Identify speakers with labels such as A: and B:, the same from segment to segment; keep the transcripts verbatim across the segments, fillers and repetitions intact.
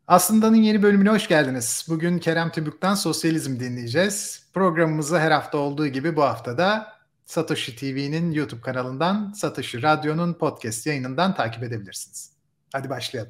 A: Aslında'nın yeni bölümüne hoş geldiniz. Bugün Kerem Tübük'ten Sosyalizm dinleyeceğiz. Programımızı her hafta olduğu gibi bu hafta da Satoshi T V'nin YouTube kanalından, Satoshi Radyo'nun podcast yayınından takip edebilirsiniz. Hadi başlayalım.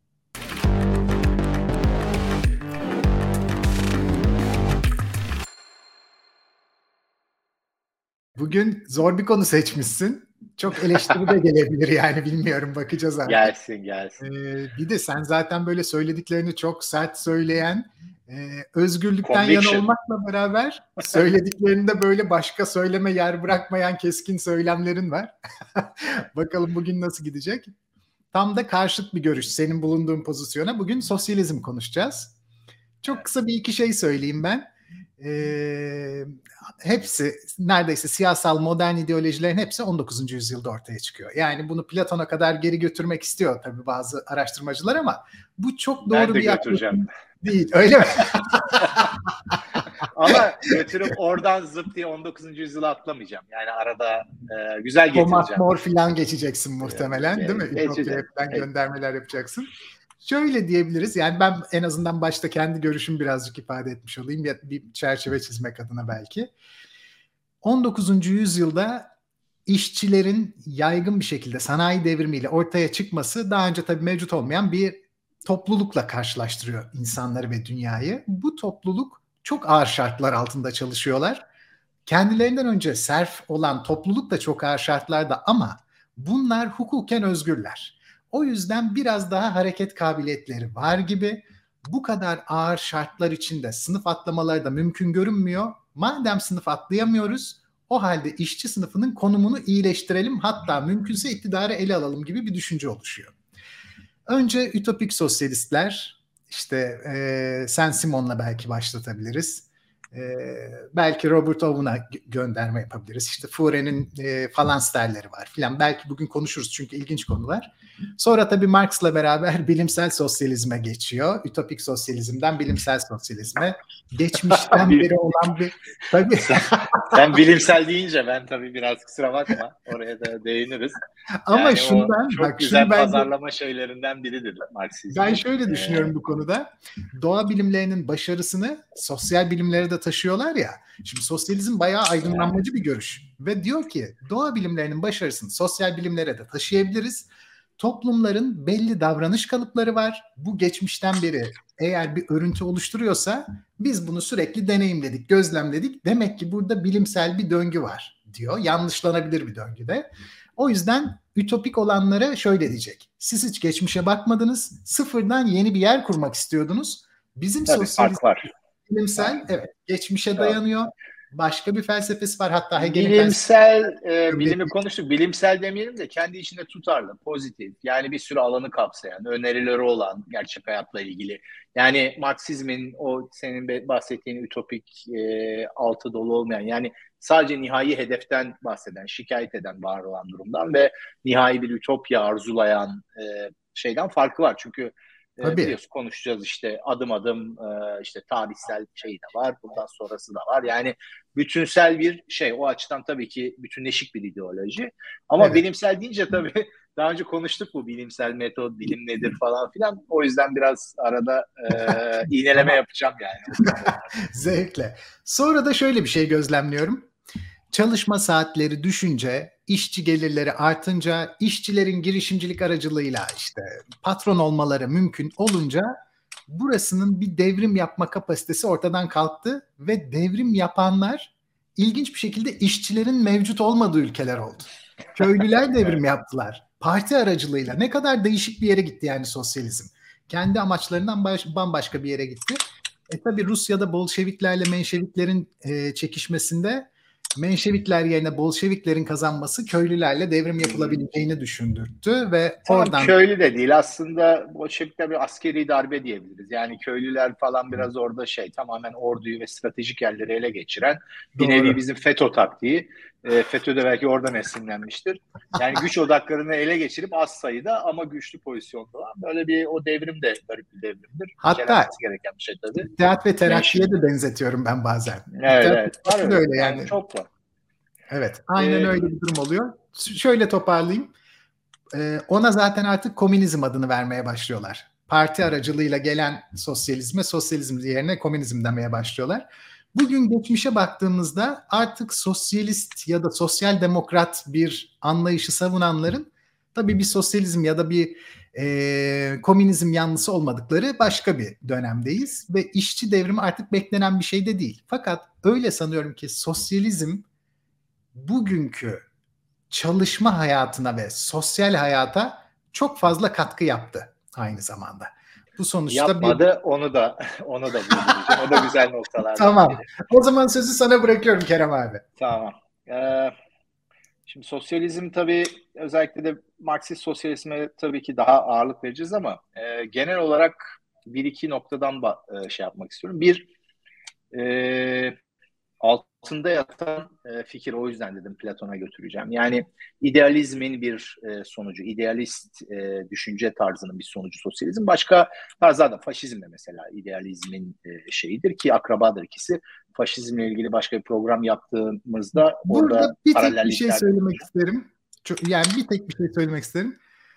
A: Bugün zor bir konu seçmişsin. Çok eleştiri de gelebilir yani bilmiyorum, bakacağız artık.
B: Gelsin gelsin.
A: Ee, bir de sen zaten böyle söylediklerini çok sert söyleyen, e, özgürlükten
B: Conviction.
A: yana olmakla beraber söylediklerinde böyle başka söyleme yer bırakmayan keskin söylemlerin var. Bakalım bugün nasıl gidecek? Tam da karşıt bir görüş senin bulunduğun pozisyona. Bugün sosyalizm konuşacağız. Çok kısa bir iki şey söyleyeyim ben. Ee, hepsi neredeyse siyasal modern ideolojilerin hepsi on dokuzuncu yüzyılda ortaya çıkıyor. Yani bunu Platon'a kadar geri götürmek istiyor tabii bazı araştırmacılar ama bu çok doğru
B: Ben de
A: bir
B: götüreceğim.
A: Değil, öyle mi?
B: Ama götürüp oradan zıp diye on dokuzuncu yüzyıla atlamayacağım. Yani arada e, güzel getireceğim.
A: Thomas More falan geçeceksin muhtemelen,
B: Evet,
A: değil mi?
B: evet,
A: Ütopya'ya falan
B: evet.
A: göndermeler yapacaksın. Şöyle diyebiliriz, yani ben en azından başta kendi görüşümü birazcık ifade etmiş olayım, ya bir çerçeve çizmek adına belki. on dokuzuncu yüzyılda işçilerin yaygın bir şekilde sanayi devrimiyle ortaya çıkması daha önce tabii mevcut olmayan bir toplulukla karşılaştırıyor insanları ve dünyayı. Bu topluluk çok ağır şartlar altında çalışıyorlar. Kendilerinden önce serf olan topluluk da çok ağır şartlarda ama bunlar hukuken özgürler. O yüzden biraz daha hareket kabiliyetleri var gibi. Bu kadar ağır şartlar içinde sınıf atlamaları da mümkün görünmüyor. Madem sınıf atlayamıyoruz, o halde işçi sınıfının konumunu iyileştirelim, hatta mümkünse iktidarı ele alalım gibi bir düşünce oluşuyor. Önce ütopik sosyalistler, işte e, Saint-Simon'la belki başlatabiliriz. E, belki Robert Owen'a gönderme yapabiliriz. İşte Fouré'nin e, falansterleri var filan. Belki bugün konuşuruz çünkü ilginç konular. Sonra tabii Marx'la beraber bilimsel sosyalizme geçiyor. Ütopik sosyalizmden bilimsel sosyalizme. Geçmişten beri olan bir... Tabii.
B: Sen, sen bilimsel deyince ben tabii biraz kusura bakma. Oraya da değiniriz.
A: Ama
B: yani
A: şundan...
B: çok
A: bak,
B: güzel
A: şunu bence,
B: pazarlama şeylerinden biridir Marksizm.
A: ben şöyle düşünüyorum ee... bu konuda. Doğa bilimlerinin başarısını sosyal bilimlere de taşıyorlar ya. Şimdi sosyalizm bayağı aydınlanmacı bir görüş. Ve diyor ki doğa bilimlerinin başarısını sosyal bilimlere de taşıyabiliriz. Toplumların belli davranış kalıpları var. Bu geçmişten beri eğer bir örüntü oluşturuyorsa biz bunu sürekli deneyimledik, gözlemledik. Demek ki burada bilimsel bir döngü var diyor. Yanlışlanabilir bir döngü de. O yüzden ütopik olanlara şöyle diyecek. Siz hiç geçmişe bakmadınız. Sıfırdan yeni bir yer kurmak istiyordunuz. Bizim sosyalizm bilimsel, evet, geçmişe dayanıyor. Başka bir felsefesi var. Hatta Hegel'in
B: bilimsel e, bilimi konuştuk. Bilimsel demeyelim de kendi içinde tutarlı, pozitif. Yani bir sürü alanı kapsayan, önerileri olan gerçek hayatla ilgili. Yani Marksizmin o senin bahsettiğin ütopik e, altı dolu olmayan, yani sadece nihai hedeften bahseden, şikayet eden var olan durumdan ve nihai bir ütopya arzulayan e, şeyden farkı var. Çünkü e, biliyorsun konuşacağız işte adım adım e, işte tarihsel şey de var, bundan sonrası da var. Yani bütünsel bir şey. O açıdan tabii ki bütünleşik bir ideoloji. Ama evet, bilimsel deyince tabii daha önce konuştuk bu bilimsel metod, bilim nedir falan filan. O yüzden biraz arada e, iğneleme yapacağım yani.
A: Zevkle. Sonra da şöyle bir şey gözlemliyorum. Çalışma saatleri düşünce, işçi gelirleri artınca, işçilerin girişimcilik aracılığıyla işte patron olmaları mümkün olunca burasının bir devrim yapma kapasitesi ortadan kalktı ve devrim yapanlar ilginç bir şekilde işçilerin mevcut olmadığı ülkeler oldu. Köylüler devrim yaptılar. Parti aracılığıyla. Ne kadar değişik bir yere gitti yani sosyalizm. Kendi amaçlarından baş, bambaşka bir yere gitti. E tabii Rusya'da Bolşeviklerle Menşeviklerin e, çekişmesinde Menşevikler yerine Bolşeviklerin kazanması köylülerle devrim yapılabileceğini düşündürttü ve
B: tamam,
A: oradan...
B: Köylü de değil aslında, Bolşevikler bir askeri darbe diyebiliriz. Yani köylüler falan biraz orada şey, tamamen orduyu ve stratejik yerleri ele geçiren bir Doğru. nevi bizim FETÖ taktiği. E, FETÖ de belki oradan esinlenmiştir. Yani güç odaklarını ele geçirip az sayıda ama güçlü pozisyonda olan böyle bir o devrim de garip bir devrimdir.
A: Hatta
B: gereken bir şey tabii.
A: İttihat ve Terakki'ye de benzetiyorum ben bazen.
B: Evet, evet.
A: Var öyle, öyle yani.
B: yani. Çok var.
A: Evet, aynen ee, öyle bir durum oluyor. Şöyle toparlayayım. Ee, ona zaten artık komünizm adını vermeye başlıyorlar. parti aracılığıyla gelen sosyalizme sosyalizm yerine komünizm demeye başlıyorlar. Bugün geçmişe baktığımızda artık sosyalist ya da sosyal demokrat bir anlayışı savunanların tabii bir sosyalizm ya da bir e, komünizm yanlısı olmadıkları başka bir dönemdeyiz ve işçi devrimi artık beklenen bir şey de değil. Fakat öyle sanıyorum ki sosyalizm bugünkü çalışma hayatına ve sosyal hayata çok fazla katkı yaptı aynı zamanda. Bu sonuçta
B: yapmadı
A: bir...
B: onu da onu da vurgulayacağım. O da güzel noktalardan
A: Tamam.
B: biri.
A: O zaman sözü sana bırakıyorum Kerem abi.
B: Tamam. Ee, şimdi sosyalizm tabii özellikle de Marksist sosyalizme tabii ki daha ağırlık vereceğiz ama e, genel olarak bir iki noktadan ba- e, şey yapmak istiyorum. Bir, e, altında yatan e, fikir, o yüzden dedim Platon'a götüreceğim. Yani idealizmin bir e, sonucu, idealist e, düşünce tarzının bir sonucu sosyalizm. Başka tarzlarda faşizm de mesela idealizmin e, şeyidir ki akrabadır ikisi. Faşizmle ilgili başka bir program yaptığımızda
A: Burada
B: orada
A: bir tek bir şey
B: paralellikler
A: söylemek
B: olacak.
A: isterim. Çok, yani bir tek bir şey söylemek isterim.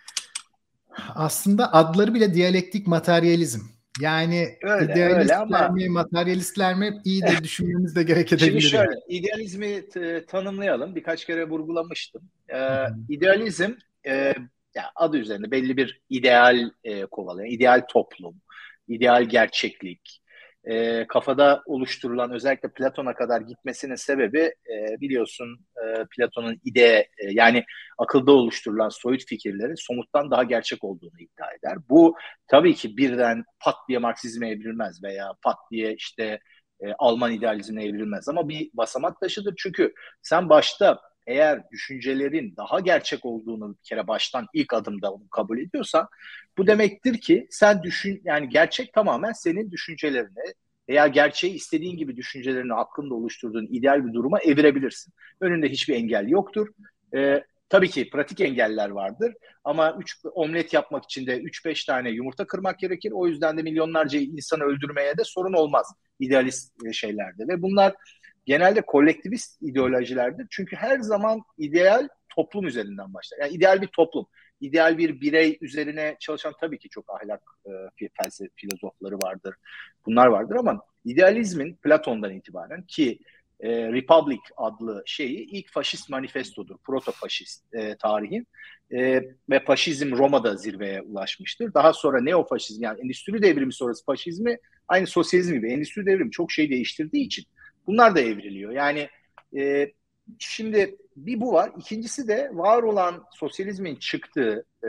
A: Aslında adları bile diyalektik materyalizm. Yani
B: Öyle öyle
A: idealistler
B: ama
A: mi, materyalistler mi iyi de düşünmemiz de gerek
B: şimdi
A: edebilir
B: şöyle,
A: yani.
B: idealizmi t- tanımlayalım. Birkaç kere vurgulamıştım.
A: Hı
B: Ee,
A: hı.
B: idealizm, e, ya adı üzerinde belli bir ideal e, kovalayan, ideal toplum, ideal gerçeklik, e, kafada oluşturulan, özellikle Platon'a kadar gitmesinin sebebi e, biliyorsun e, Platon'un ide, e, yani akılda oluşturulan soyut fikirlerin somuttan daha gerçek olduğunu iddia eder. Bu tabii ki birden pat diye Marksizme evrilmez veya pat diye işte e, Alman idealizmine evrilmez ama bir basamak taşıdır. Çünkü sen başta eğer düşüncelerin daha gerçek olduğunu bir kere baştan ilk adımda onu kabul ediyorsan bu demektir ki sen düşün, yani gerçek tamamen senin düşüncelerine veya gerçeği istediğin gibi düşüncelerini aklında oluşturduğun ideal bir duruma evirebilirsin. Önünde hiçbir engel yoktur. Ee, tabii ki pratik engeller vardır ama üç omlet yapmak için de üç beş tane yumurta kırmak gerekir. O yüzden de milyonlarca insanı öldürmeye de sorun olmaz idealist şeylerde ve bunlar genelde kolektivist ideolojilerdir. Çünkü her zaman ideal toplum üzerinden başlar. Yani ideal bir toplum, ideal bir birey üzerine çalışan tabii ki çok ahlak e, felsefe filozofları vardır. Bunlar vardır ama idealizmin Platon'dan itibaren ki e, Republic adlı şeyi ilk faşist manifestodur. Proto-faşist e, tarihin. E, ve faşizm Roma'da zirveye ulaşmıştır. Daha sonra neofaşizm, yani endüstri devrimi sonrası faşizmi aynı sosyalizm gibi endüstri devrimi çok şey değiştirdiği için bunlar da evriliyor. Yani e, şimdi bir bu var. İkincisi de var olan sosyalizmin çıktığı e,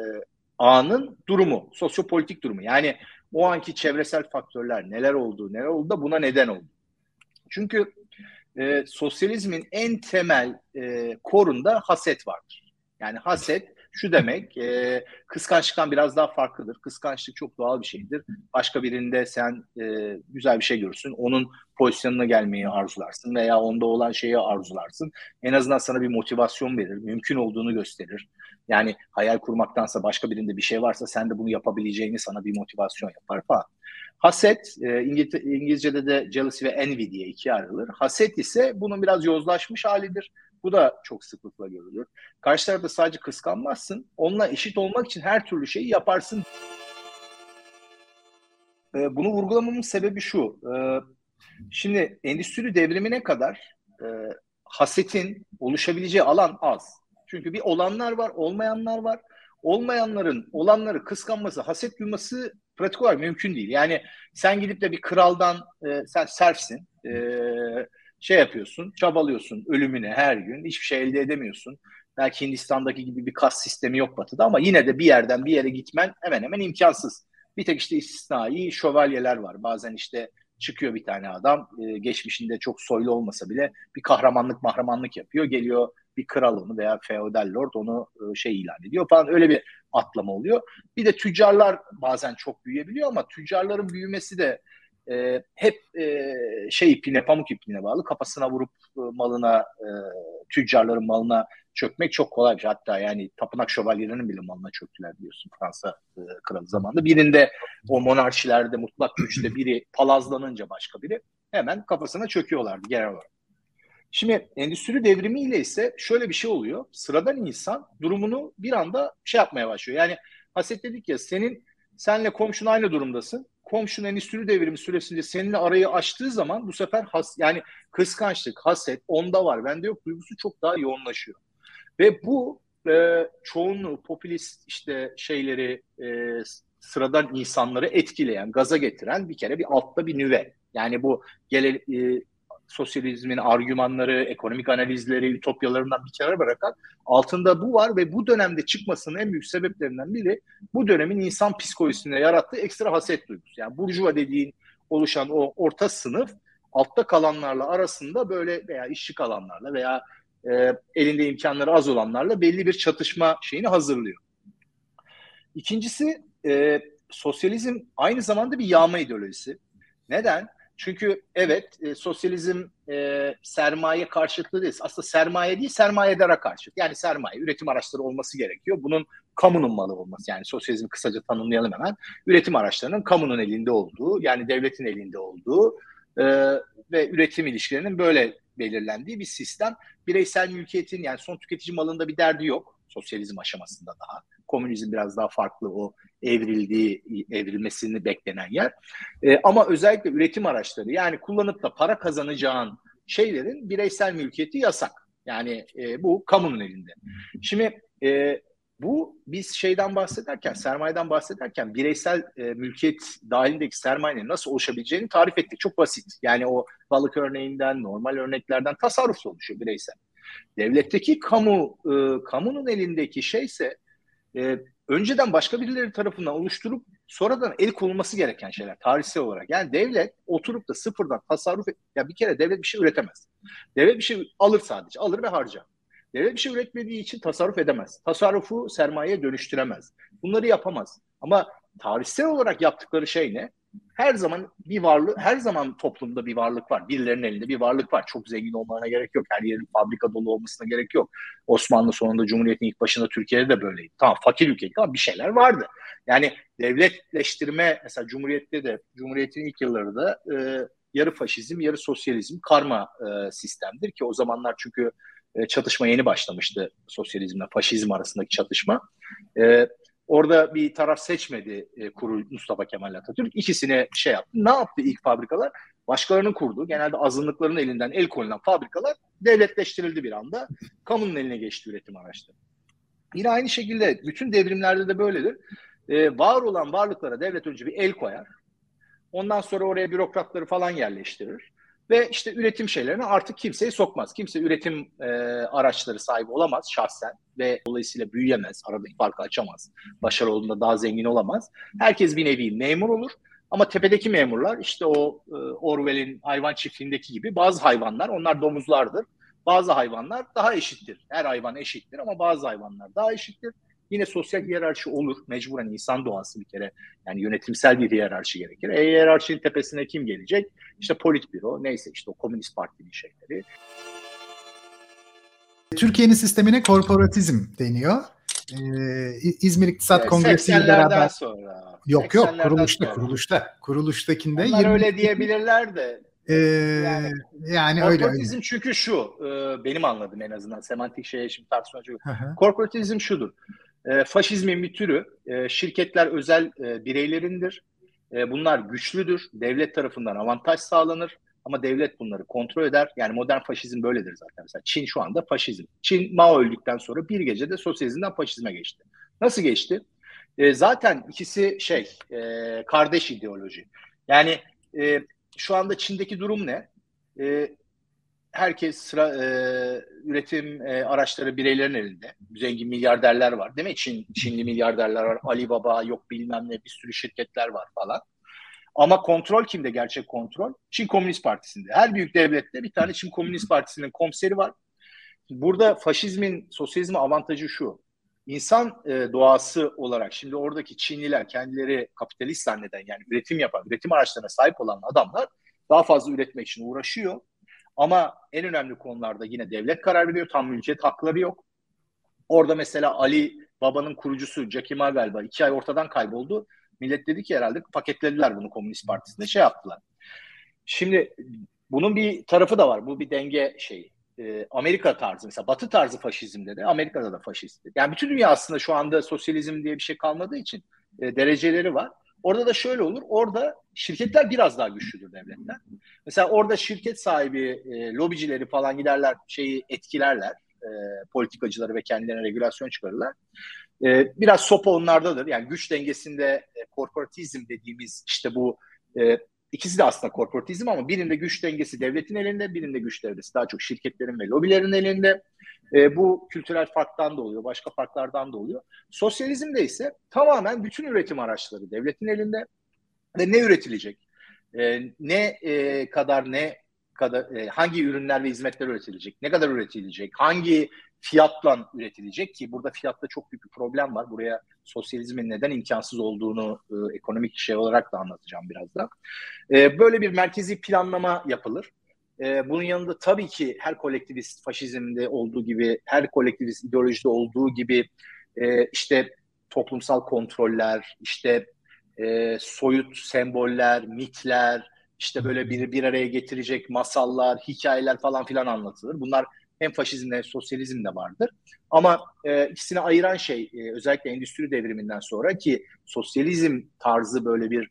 B: anın durumu, sosyopolitik durumu. Yani o anki çevresel faktörler neler oldu, neler oldu da buna neden oldu. Çünkü e, sosyalizmin en temel e, korunda haset vardır. Yani haset şu demek, e, kıskançlıktan biraz daha farklıdır. Kıskançlık çok doğal bir şeydir. Başka birinde sen e, güzel bir şey görürsün, onun pozisyonuna gelmeyi arzularsın veya onda olan şeyi arzularsın. En azından sana bir motivasyon verir, mümkün olduğunu gösterir. Yani hayal kurmaktansa başka birinde bir şey varsa sen de bunu yapabileceğini sana bir motivasyon yapar falan. Haset, e, İngiliz, İngilizce'de de jealousy ve envy diye ikiye ayrılır. Haset ise bunun biraz yozlaşmış halidir. Bu da çok sıklıkla görülür. Karşı tarafta sadece kıskanmazsın, onunla eşit olmak için her türlü şeyi yaparsın. E, bunu vurgulamamın sebebi şu. E, şimdi endüstri devrimine kadar e, hasetin oluşabileceği alan az. Çünkü bir olanlar var, olmayanlar var. Olmayanların olanları kıskanması, haset duyması pratik olarak mümkün değil. Yani sen gidip de bir kraldan, e, sen serfsin, e, şey yapıyorsun, çabalıyorsun ölümüne her gün, hiçbir şey elde edemiyorsun. Belki Hindistan'daki gibi bir kas sistemi yok batıda ama yine de bir yerden bir yere gitmen hemen hemen imkansız. Bir tek işte istisnai şövalyeler var. Bazen işte çıkıyor bir tane adam, e, geçmişinde çok soylu olmasa bile bir kahramanlık mahramanlık yapıyor. Geliyor bir kral onu veya feodal lord onu e, şey ilan ediyor falan, öyle bir atlama oluyor. Bir de tüccarlar bazen çok büyüyebiliyor ama tüccarların büyümesi de e, hep e, şey ipine, pamuk ipine bağlı. Kafasına vurup e, malına, e, tüccarların malına çökmek çok kolay bir şey. Hatta yani tapınak şövalyelerinin bile malına çöktüler biliyorsun Fransa e, kralı zamanında. Birinde o monarşilerde mutlak güçte biri palazlanınca başka biri hemen kafasına çöküyorlardı genel olarak. Şimdi endüstri devrimiyle ise şöyle bir şey oluyor. Sıradan insan durumunu bir anda şey yapmaya başlıyor. Yani haset dedik ya, senin Senle komşun aynı durumdasın. Komşun endüstri devrimi süresince seninle arayı açtığı zaman bu sefer has, yani kıskançlık, haset onda var, bende yok duygusu çok daha yoğunlaşıyor. Ve bu e, çoğunluğu popülist işte şeyleri e, sıradan insanları etkileyen, gaza getiren bir kere bir altta bir nüve. Yani bu gele, e, sosyalizmin argümanları, ekonomik analizleri, ütopyalarından bir kenara bırakan altında bu var ve bu dönemde çıkmasının en büyük sebeplerinden biri bu dönemin insan psikolojisinde yarattığı ekstra haset duygusu. Yani burjuva dediğin oluşan o orta sınıf altta kalanlarla arasında böyle veya işçi kalanlarla veya e, elinde imkanları az olanlarla belli bir çatışma şeyini hazırlıyor. İkincisi e, sosyalizm aynı zamanda bir yağma ideolojisi. Neden? Çünkü evet e, sosyalizm e, sermaye karşıtlığı değil. Aslında sermaye değil, sermayedara karşıt. Yani sermaye, üretim araçları olması gerekiyor. Bunun kamunun malı olması. Yani sosyalizmi kısaca tanımlayalım hemen. Üretim araçlarının kamunun elinde olduğu, yani devletin elinde olduğu e, ve üretim ilişkilerinin böyle belirlendiği bir sistem. Bireysel mülkiyetin, yani son tüketici malında bir derdi yok. Sosyalizm aşamasında daha. Komünizm biraz daha farklı, o evrildiği, evrilmesini beklenen yer. E, ama özellikle üretim araçları, yani kullanıp da para kazanacağın şeylerin bireysel mülkiyeti yasak. Yani e, bu kamunun elinde. Şimdi e, bu biz şeyden bahsederken, sermayeden bahsederken bireysel e, mülkiyet dahilindeki sermayenin nasıl oluşabileceğini tarif ettik. Çok basit. Yani o balık örneğinden, normal örneklerden tasarrufla oluşuyor bireysel. Devletteki kamu, e, kamunun elindeki şeyse e, önceden başka birileri tarafından oluşturup sonradan el konulması gereken şeyler tarihsel olarak. Yani devlet oturup da sıfırdan tasarruf et, ya bir kere devlet bir şey üretemez. Devlet bir şey alır sadece. Alır ve harcar. Devlet bir şey üretmediği için tasarruf edemez. Tasarrufu sermayeye dönüştüremez. Bunları yapamaz. Ama tarihsel olarak yaptıkları şey ne? Her zaman bir varlık, her zaman toplumda bir varlık var. Birilerinin elinde bir varlık var. Çok zengin olmana gerek yok. Her yerin fabrika dolu olmasına gerek yok. Osmanlı sonunda, Cumhuriyet'in ilk başında Türkiye'de de böyleydi. Tamam, fakir ülkeydi ama bir şeyler vardı. Yani devletleştirme, mesela Cumhuriyet'te de, Cumhuriyet'in ilk yıllarında e, yarı faşizm, yarı sosyalizm karma e, sistemdir ki o zamanlar çünkü e, çatışma yeni başlamıştı, sosyalizmle faşizm arasındaki çatışma. E, Orada bir taraf seçmedi e, kurul Mustafa Kemal Atatürk. İkisine şey yaptı. Ne yaptı ilk fabrikalar? Başkalarının kurduğu, genelde azınlıkların elinden el konulan fabrikalar devletleştirildi bir anda. Kamunun eline geçti üretim araçları. Yine aynı şekilde bütün devrimlerde de böyledir. E, var olan varlıklara devlet önce bir el koyar. Ondan sonra oraya bürokratları falan yerleştirir. Ve işte üretim şeylerine artık kimseyi sokmaz. Kimse üretim e, araçları sahibi olamaz şahsen ve dolayısıyla büyüyemez, aradaki farkı açamaz. Başarılı olduğunda daha zengin olamaz. Herkes bir nevi memur olur. Ama tepedeki memurlar işte o e, Orwell'in hayvan çiftliğindeki gibi bazı hayvanlar, onlar domuzlardır. Bazı hayvanlar daha eşittir. Her hayvan eşittir ama bazı hayvanlar daha eşittir. Yine sosyal hiyerarşi olur. Mecburen insan doğası bir kere. Yani yönetimsel bir hiyerarşi gerekir. E hiyerarşinin tepesine kim gelecek? İşte politbüro, neyse işte o Komünist Parti'nin şeyleri.
A: Türkiye'nin sistemine korporatizm deniyor. Ee, İzmir İktisat Kongresi ile beraber.
B: Sonra.
A: Yok yok kuruluşta sonra. kuruluşta. Kuruluştakinde.
B: Onlar yirmi öyle diyebilirler de.
A: Ee, yani yani öyle
B: korporatizm öyle. Çünkü şu, e, benim anladığım en azından semantik şeye şimdi tartışma çok. Korporatizm şudur. E, faşizmin bir türü, e, şirketler özel e, bireylerindir. E, bunlar güçlüdür. Devlet tarafından avantaj sağlanır. Ama devlet bunları kontrol eder. Yani modern faşizm böyledir zaten. Mesela Çin şu anda faşizm. Çin Mao öldükten sonra bir gecede sosyalizmden faşizme geçti. Nasıl geçti? E, zaten ikisi şey, e, kardeş ideoloji. Yani e, şu anda Çin'deki durum ne? E, herkes sıra e, üretim e, araçları bireylerin elinde. Zengin milyarderler var. Değil mi? Çin, Çinli milyarderler var. Alibaba yok bilmem ne bir sürü şirketler var falan. Ama kontrol kimde, gerçek kontrol? Çin Komünist Partisi'nde. Her büyük devlette bir tane Çin Komünist Partisi'nin komiseri var. Burada faşizmin sosyalizme avantajı şu. İnsan e, doğası olarak şimdi oradaki Çinliler kendileri kapitalist zanneden, yani üretim yapan, üretim araçlarına sahip olan adamlar daha fazla üretmek için uğraşıyor. Ama en önemli konularda yine devlet karar veriyor. Tam mülkiyet hakları yok. Orada mesela Ali Baba'nın kurucusu Jack Ma galiba iki ay ortadan kayboldu. Millet dedi ki herhalde paketlediler bunu Komünist Partisi'nde, şey yaptılar. Şimdi bunun bir tarafı da var. Bu bir denge şeyi. Ee, Amerika tarzı, mesela Batı tarzı faşizmde de Amerika'da da faşist. Yani bütün dünya aslında şu anda sosyalizm diye bir şey kalmadığı için e, dereceleri var. Orada da şöyle olur. Orada şirketler biraz daha güçlüdür devletten. Mesela orada şirket sahibi, e, lobicileri falan giderler, şeyi etkilerler. E, politikacıları ve kendilerine regülasyon çıkarırlar. E, biraz sopa onlardadır. Yani güç dengesinde e, korporatizm dediğimiz işte bu e, ikisi de aslında korporatizm ama birinde güç dengesi devletin elinde, birinde güç dengesi daha çok şirketlerin ve lobilerin elinde. E, bu kültürel farktan da oluyor, başka farklardan da oluyor. Sosyalizmde ise tamamen bütün üretim araçları devletin elinde ve ne üretilecek, e, ne e, kadar ne kadar e, hangi ürünler ve hizmetler üretilecek, ne kadar üretilecek, hangi fiyatla üretilecek ki burada fiyatta çok büyük bir problem var. Buraya sosyalizmin neden imkansız olduğunu e, ekonomik şey olarak da anlatacağım birazdan. E, böyle bir merkezi planlama yapılır. E, bunun yanında tabii ki her kolektivist faşizmde olduğu gibi, her kolektivist ideolojide olduğu gibi e, işte toplumsal kontroller, işte e, soyut semboller, mitler, işte böyle bir, bir araya getirecek masallar, hikayeler falan filan anlatılır. Bunlar hem faşizmde hem sosyalizmde vardır. Ama e, ikisini ayıran şey e, özellikle endüstri devriminden sonra ki sosyalizm tarzı böyle bir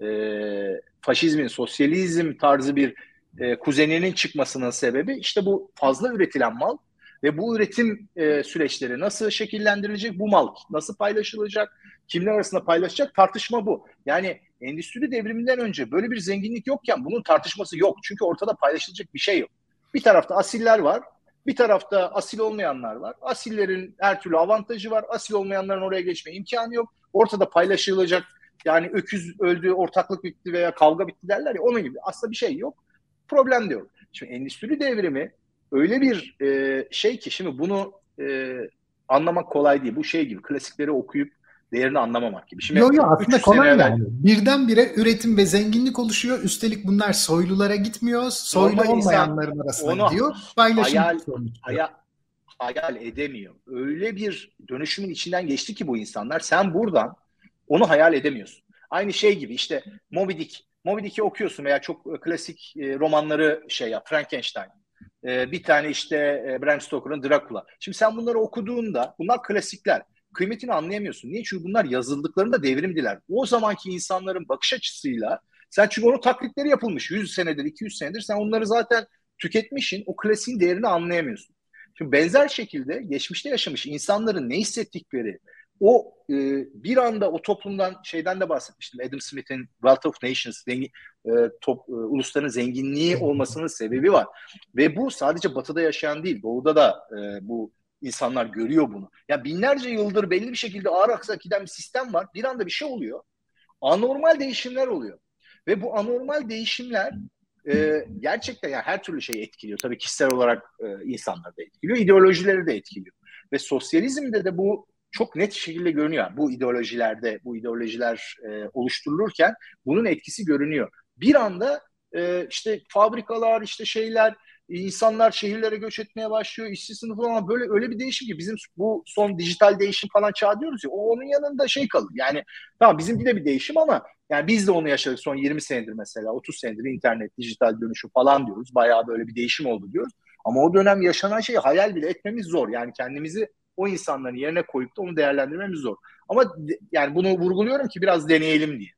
B: e, faşizmin sosyalizm tarzı bir e, kuzeninin çıkmasının sebebi işte bu fazla üretilen mal ve bu üretim e, süreçleri nasıl şekillendirilecek, bu mal nasıl paylaşılacak, kimler arasında paylaşacak tartışma bu. Yani endüstri devriminden önce böyle bir zenginlik yokken bunun tartışması yok. Çünkü ortada paylaşılacak bir şey yok. Bir tarafta asiller var, bir tarafta asil olmayanlar var. Asillerin her türlü avantajı var. Asil olmayanların oraya geçme imkanı yok. Ortada paylaşılacak yani öküz öldü, ortaklık bitti veya kavga bitti derler ya onun gibi. Aslında bir şey yok. Problem de yok. Şimdi endüstri devrimi öyle bir e, şey ki şimdi bunu e, anlamak kolay değil. Bu şey gibi klasikleri okuyup değerini anlamamak gibi. Şimdi
A: Yok yok aslında kolay
B: evvel,
A: yani. Birdenbire üretim ve zenginlik oluşuyor. Üstelik bunlar soylulara gitmiyor. Soylu olmayanların arasına gidiyor. Paylaşım
B: hayal, hayal, hayal edemiyor. Öyle bir dönüşümün içinden geçti ki bu insanlar. Sen buradan onu hayal edemiyorsun. Aynı şey gibi işte Moby Dick. Moby Dick'i okuyorsun veya çok klasik romanları şey ya Frankenstein. Bir tane işte Bram Stoker'ın Dracula. Şimdi sen bunları okuduğunda bunlar klasikler. Kıymetini anlayamıyorsun. Niye? Çünkü bunlar yazıldıklarında devrimdiler. O zamanki insanların bakış açısıyla sen çünkü onun taklitleri yapılmış yüz senedir, iki yüz senedir sen onları zaten tüketmişsin. O klasiğin değerini anlayamıyorsun. Şimdi benzer şekilde geçmişte yaşamış insanların ne hissettikleri, o e, bir anda o toplumdan şeyden de bahsetmiştim. Adam Smith'in Wealth of Nations, zengin, e, top, e, ulusların zenginliği olmasının sebebi var. Ve bu sadece batıda yaşayan değil, doğuda da e, bu insanlar görüyor bunu. Yani binlerce yıldır belli bir şekilde ağır aksak giden bir sistem var. Bir anda bir şey oluyor. Anormal değişimler oluyor. Ve bu anormal değişimler e, gerçekten yani her türlü şeyi etkiliyor. Tabii kişisel olarak e, insanları da etkiliyor, ideolojileri de etkiliyor. Ve sosyalizmde de bu çok net şekilde görünüyor. Bu ideolojilerde, bu ideolojiler e, oluşturulurken bunun etkisi görünüyor. Bir anda e, işte fabrikalar, işte şeyler, insanlar şehirlere göç etmeye başlıyor, işçi sınıfı falan böyle öyle bir değişim ki bizim bu son dijital değişim falan çağı diyoruz ya o onun yanında şey kalır. Yani tamam bizimki de bir değişim ama yani biz de onu yaşadık son yirmi senedir mesela otuz senedir internet, dijital dönüşüm falan diyoruz. Bayağı böyle bir değişim oldu diyoruz. Ama o dönem yaşanan şeyi hayal bile etmemiz zor. Yani kendimizi o insanların yerine koyup da onu değerlendirmemiz zor. Ama yani bunu vurguluyorum ki biraz deneyelim diye.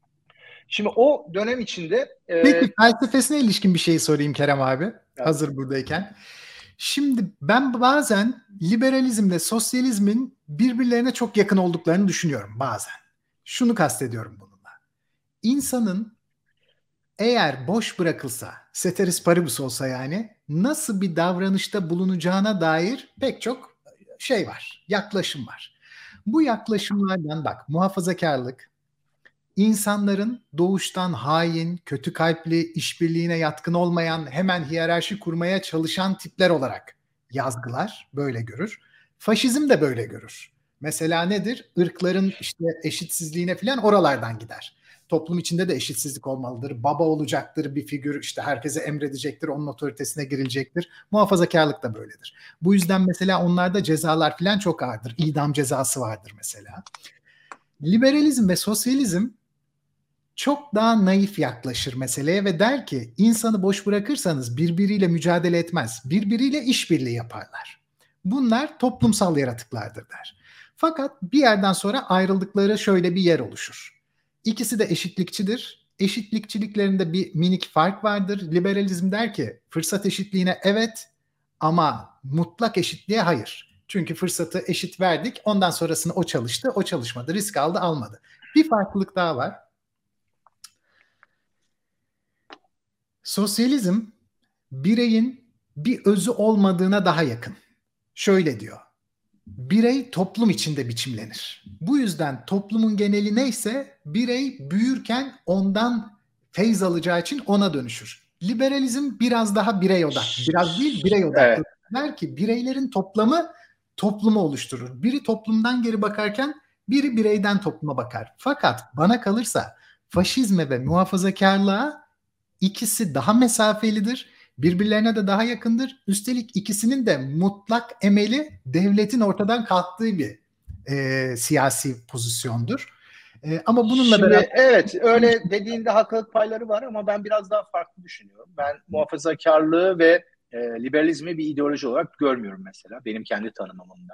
B: Şimdi o dönem içinde...
A: Peki e... felsefesine ilişkin bir şey sorayım Kerem abi. Evet. Hazır buradayken. Şimdi ben bazen liberalizmle sosyalizmin birbirlerine çok yakın olduklarını düşünüyorum bazen. Şunu kastediyorum bununla. İnsanın eğer boş bırakılsa, ceteris paribus olsa yani nasıl bir davranışta bulunacağına dair pek çok şey var, yaklaşım var. Bu yaklaşımlardan bak muhafazakarlık, İnsanların doğuştan hain, kötü kalpli, işbirliğine yatkın olmayan, hemen hiyerarşi kurmaya çalışan tipler olarak yazgılar böyle görür. Faşizm de böyle görür. Mesela nedir? Irkların işte eşitsizliğine falan oralardan gider. Toplum içinde de eşitsizlik olmalıdır. Baba olacaktır bir figür, işte herkese emredecektir, onun otoritesine girilecektir. Muhafazakarlık da böyledir. Bu yüzden mesela onlarda cezalar falan çok ağırdır. İdam cezası vardır mesela. Liberalizm ve sosyalizm çok daha naif yaklaşır meseleye ve der ki insanı boş bırakırsanız birbiriyle mücadele etmez. Birbiriyle işbirliği yaparlar. Bunlar toplumsal yaratıklardır der. Fakat bir yerden sonra ayrıldıkları şöyle bir yer oluşur. İkisi de eşitlikçidir. Eşitlikçiliklerinde bir minik fark vardır. Liberalizm der ki fırsat eşitliğine evet ama mutlak eşitliğe hayır. Çünkü fırsatı eşit verdik. Ondan sonrasını o çalıştı, o çalışmadı. Risk aldı, almadı. Bir farklılık daha var. Sosyalizm bireyin bir özü olmadığına daha yakın. Şöyle diyor. Birey toplum içinde biçimlenir. Bu yüzden toplumun geneli neyse birey büyürken ondan feyz alacağı için ona dönüşür. Liberalizm biraz daha birey odaklı. Biraz değil birey odaklı. Evet. Der ki bireylerin toplamı toplumu oluşturur. Biri toplumdan geri bakarken biri bireyden topluma bakar. Fakat bana kalırsa faşizme ve muhafazakarlığa ikisi daha mesafelidir. Birbirlerine de daha yakındır. Üstelik ikisinin de mutlak emeli devletin ortadan kalktığı bir e, siyasi pozisyondur. E, ama bununla
B: Şimdi,
A: beraber...
B: Evet, öyle dediğinde haklılık payları var ama ben biraz daha farklı düşünüyorum. Ben muhafazakarlığı ve e, liberalizmi bir ideoloji olarak görmüyorum mesela benim kendi tanımımda.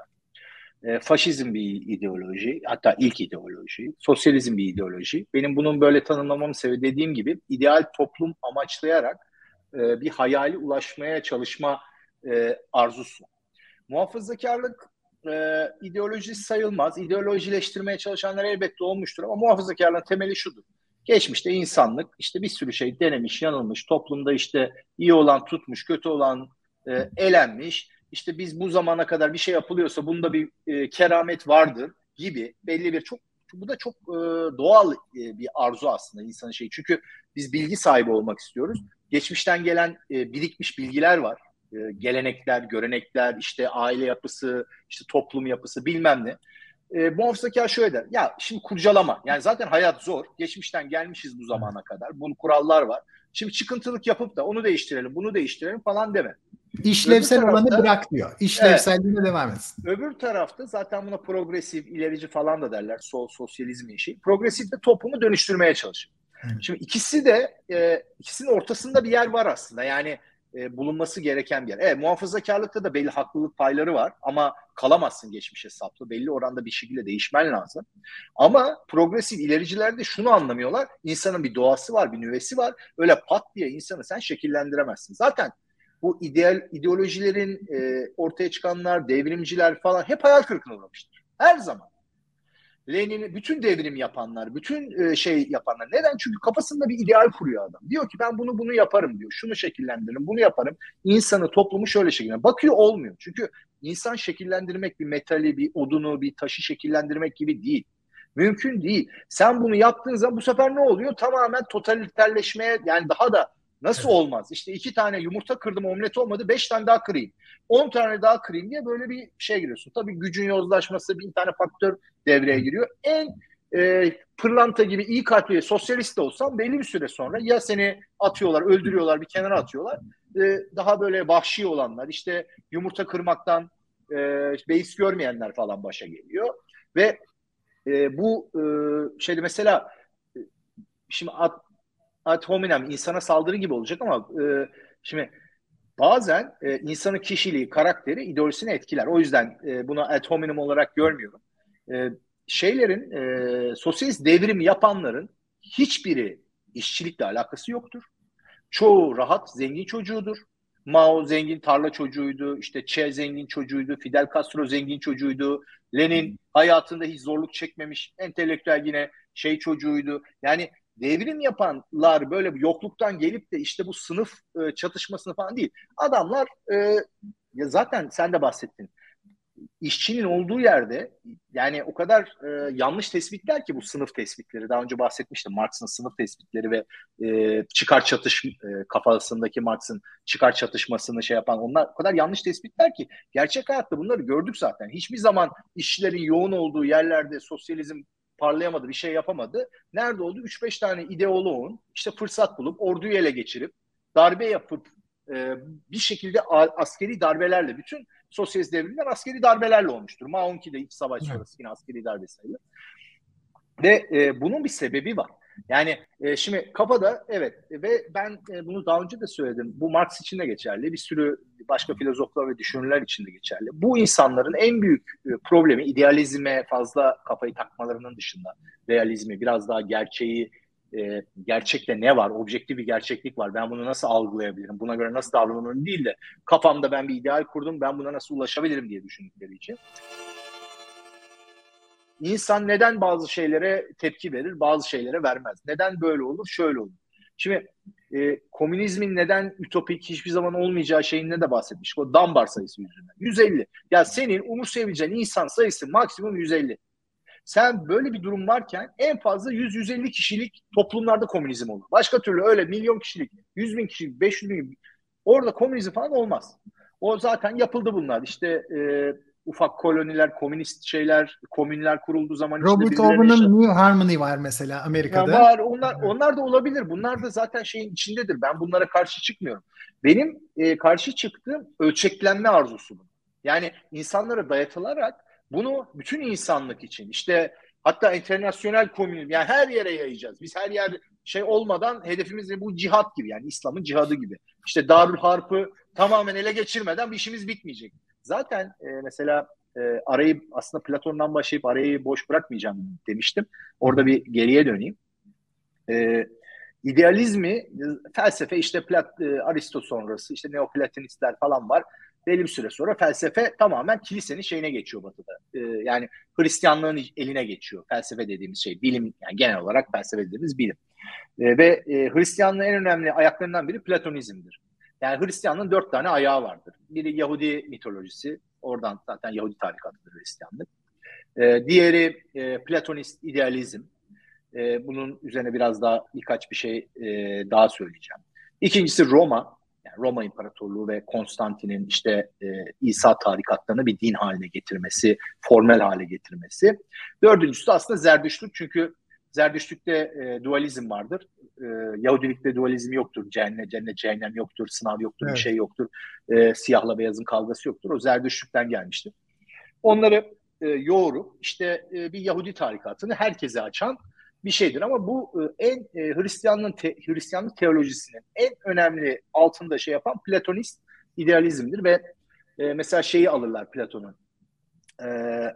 B: E, faşizm bir ideoloji, hatta ilk ideoloji. Sosyalizm bir ideoloji. Benim bunun böyle tanımlamamın sebebi dediğim gibi ideal toplum amaçlayarak e, bir hayali ulaşmaya çalışma e, arzusu. Muhafazakarlık e, ideolojisi sayılmaz. İdeolojileştirmeye çalışanlar elbette olmuştur ama muhafazakarlığın temeli şudur. Geçmişte insanlık işte bir sürü şey denemiş, yanılmış, toplumda işte iyi olan tutmuş, kötü olan e, elenmiş. İşte biz bu zamana kadar bir şey yapılıyorsa bunda bir e, keramet vardır gibi belli bir çok bu da çok e, doğal e, bir arzu aslında insanın şeyi. Çünkü biz bilgi sahibi olmak istiyoruz. Geçmişten gelen e, birikmiş bilgiler var. E, gelenekler, görenekler, işte aile yapısı, işte toplum yapısı bilmem ne. E, muhafazakar şöyle der. Ya şimdi kurcalama. Yani zaten hayat zor. Geçmişten gelmişiz bu zamana kadar. Bunun kurallar var. Şimdi çıkıntılık yapıp da onu değiştirelim, bunu değiştirelim falan deme.
A: İşlevsel tarafta, olanı bırak diyor. İşlevselliğine evet, devam etsin.
B: Öbür tarafta zaten buna progresif, ilerici falan da derler. Sol, sosyalizm işi. Progresif de toplumu dönüştürmeye çalışır. Evet. Şimdi ikisi de e, ikisinin ortasında bir yer var aslında. Yani e, bulunması gereken bir yer. Evet, muhafazakarlıkta da belli haklılık payları var ama kalamazsın geçmişe saplı. Belli oranda bir şekilde değişmen lazım. Ama progresif ilericilerde şunu anlamıyorlar. İnsanın bir doğası var, bir nüvesi var. Öyle pat diye insanı sen şekillendiremezsin. Zaten bu ideal ideolojilerin e, ortaya çıkanlar, devrimciler falan hep hayal kırıklığına uğramıştır. Her zaman. Lenin'i bütün devrim yapanlar, bütün e, şey yapanlar. Neden? Çünkü kafasında bir ideal kuruyor adam. Diyor ki ben bunu bunu yaparım diyor. Şunu şekillendiririm, bunu yaparım. İnsanı, toplumu şöyle şekillendiririm. Bakıyor olmuyor. Çünkü insan şekillendirmek bir metali, bir odunu, bir taşı şekillendirmek gibi değil. Mümkün değil. Sen bunu yaptığın zaman bu sefer ne oluyor? Tamamen totaliterleşmeye, yani daha da nasıl evet. olmaz? İşte iki tane yumurta kırdım, omlet olmadı, beş tane daha kırayım. On tane daha kırayım diye böyle bir şey giriyorsun. Tabii gücün yozlaşması, bin tane faktör devreye giriyor. En e, pırlanta gibi iyi kalpli sosyalist de olsan belli bir süre sonra ya seni atıyorlar, öldürüyorlar, bir kenara atıyorlar. E, daha böyle vahşi olanlar, işte yumurta kırmaktan e, beis görmeyenler falan başa geliyor. Ve e, bu e, şeyde mesela e, şimdi at, ad hominem insana saldırı gibi olacak ama e, şimdi bazen e, insanın kişiliği, karakteri ideolojisini etkiler. O yüzden e, bunu ad hominem olarak görmüyorum. E, şeylerin, e, sosyalist devrim yapanların hiçbiri işçilikle alakası yoktur. Çoğu rahat, zengin çocuğudur. Mao zengin tarla çocuğuydu, işte Che zengin çocuğuydu, Fidel Castro zengin çocuğuydu, Lenin hayatında hiç zorluk çekmemiş, entelektüel yine şey çocuğuydu. Yani devrim yapanlar böyle yokluktan gelip de işte bu sınıf e, çatışmasını falan değil. Adamlar e, ya zaten sen de bahsettin. İşçinin olduğu yerde yani o kadar e, yanlış tespitler ki bu sınıf tespitleri. Daha önce bahsetmiştim. Marx'ın sınıf tespitleri ve e, çıkar çatış e, kafasındaki Marx'ın çıkar çatışmasını şey yapan onlar o kadar yanlış tespitler ki gerçek hayatta bunları gördük zaten. Hiçbir zaman işçilerin yoğun olduğu yerlerde sosyalizm parlayamadı, bir şey yapamadı. Nerede oldu? üç beş tane ideoloğun işte fırsat bulup orduyu ele geçirip darbe yapıp e, bir şekilde askeri darbelerle bütün sosyalist devrimler askeri darbelerle olmuştur. Mao'nunki de iç savaş sonrası yine askeri darbe sayılır. Ve e, bunun bir sebebi var. Yani e, şimdi kafada evet ve ben e, bunu daha önce de söyledim. Bu Marx için de geçerli. Bir sürü başka filozoflar ve düşünürler için de geçerli. Bu insanların en büyük e, problemi idealizme fazla kafayı takmalarının dışında realizmi biraz daha gerçeği e, gerçekte ne var? Objektif bir gerçeklik var. Ben bunu nasıl algılayabilirim? Buna göre nasıl davranırım değil de kafamda ben bir ideal kurdum. Ben buna nasıl ulaşabilirim diye düşündükleri için. İnsan neden bazı şeylere tepki verir, bazı şeylere vermez? Neden böyle olur, şöyle olur? Şimdi e, komünizmin neden ütopik hiçbir zaman olmayacağı şeyinden de bahsetmiş. O Dunbar sayısı yüzünden. yüz elli. Ya senin umursayabileceğin insan sayısı maksimum yüz elli. Sen böyle bir durum varken en fazla yüz yüz elli kişilik toplumlarda komünizm olur. Başka türlü öyle milyon kişilik, yüz bin kişilik, beş yüz bin orada komünizm falan olmaz. O zaten yapıldı bunlar. İşte e, ufak koloniler, komünist şeyler, komünler kurulduğu zaman içinde
A: Robert
B: birilerine
A: Owen'ın New Harmony var mesela
B: ya
A: Amerika'da.
B: var onlar onlar da olabilir. Bunlar da zaten şeyin içindedir. Ben bunlara karşı çıkmıyorum. Benim e, karşı çıktığım ölçeklenme arzusu bu. Yani insanlara dayatılarak bunu bütün insanlık için işte hatta internasyonel komünizm yani her yere yayacağız. Biz her yer şey olmadan hedefimiz de bu cihat gibi yani İslam'ın cihadı gibi. İşte Darül Harp'ı tamamen ele geçirmeden bir işimiz bitmeyecek. Zaten e, mesela e, arayı aslında Platon'dan başlayıp arayı boş bırakmayacağım demiştim. Orada bir geriye döneyim. E, idealizmi, felsefe işte Plat, e, Aristo sonrası işte Neoplatonistler falan var. Belli bir süre sonra felsefe tamamen kilisenin şeyine geçiyor Batı'da. E, yani Hristiyanlığın eline geçiyor. Felsefe dediğimiz şey bilim, yani genel olarak felsefe dediğimiz bilim. E, ve e, Hristiyanlığın en önemli ayaklarından biri Platonizm'dir. Yani Hristiyanlığın dört tane ayağı vardır. Biri Yahudi mitolojisi, oradan zaten Yahudi tarikatıdır Hristiyanlık. E, diğeri e, Platonist idealizm. E, bunun üzerine biraz daha birkaç bir şey e, daha söyleyeceğim. İkincisi Roma. Yani Roma İmparatorluğu ve Konstantin'in işte e, İsa tarikatlarını bir din haline getirmesi, formel hale getirmesi. Dördüncüsü aslında Zerdüştlük çünkü Zerdüştlük'te e, dualizm vardır. E, Yahudilikte dualizm yoktur. Cennet, cennet, cehennem yoktur. Sınav yoktur, evet. Bir şey yoktur. E, siyahla beyazın kavgası yoktur. O Zerdüştlük'ten gelmiştir. Onları e, yoğurup işte e, bir Yahudi tarikatını herkese açan bir şeydir. Ama bu e, en e, Hristiyanlığın te, Hristiyanlık teolojisinin en önemli altında şey yapan Platonist idealizmdir ve e, mesela şeyi alırlar Platon'un. E,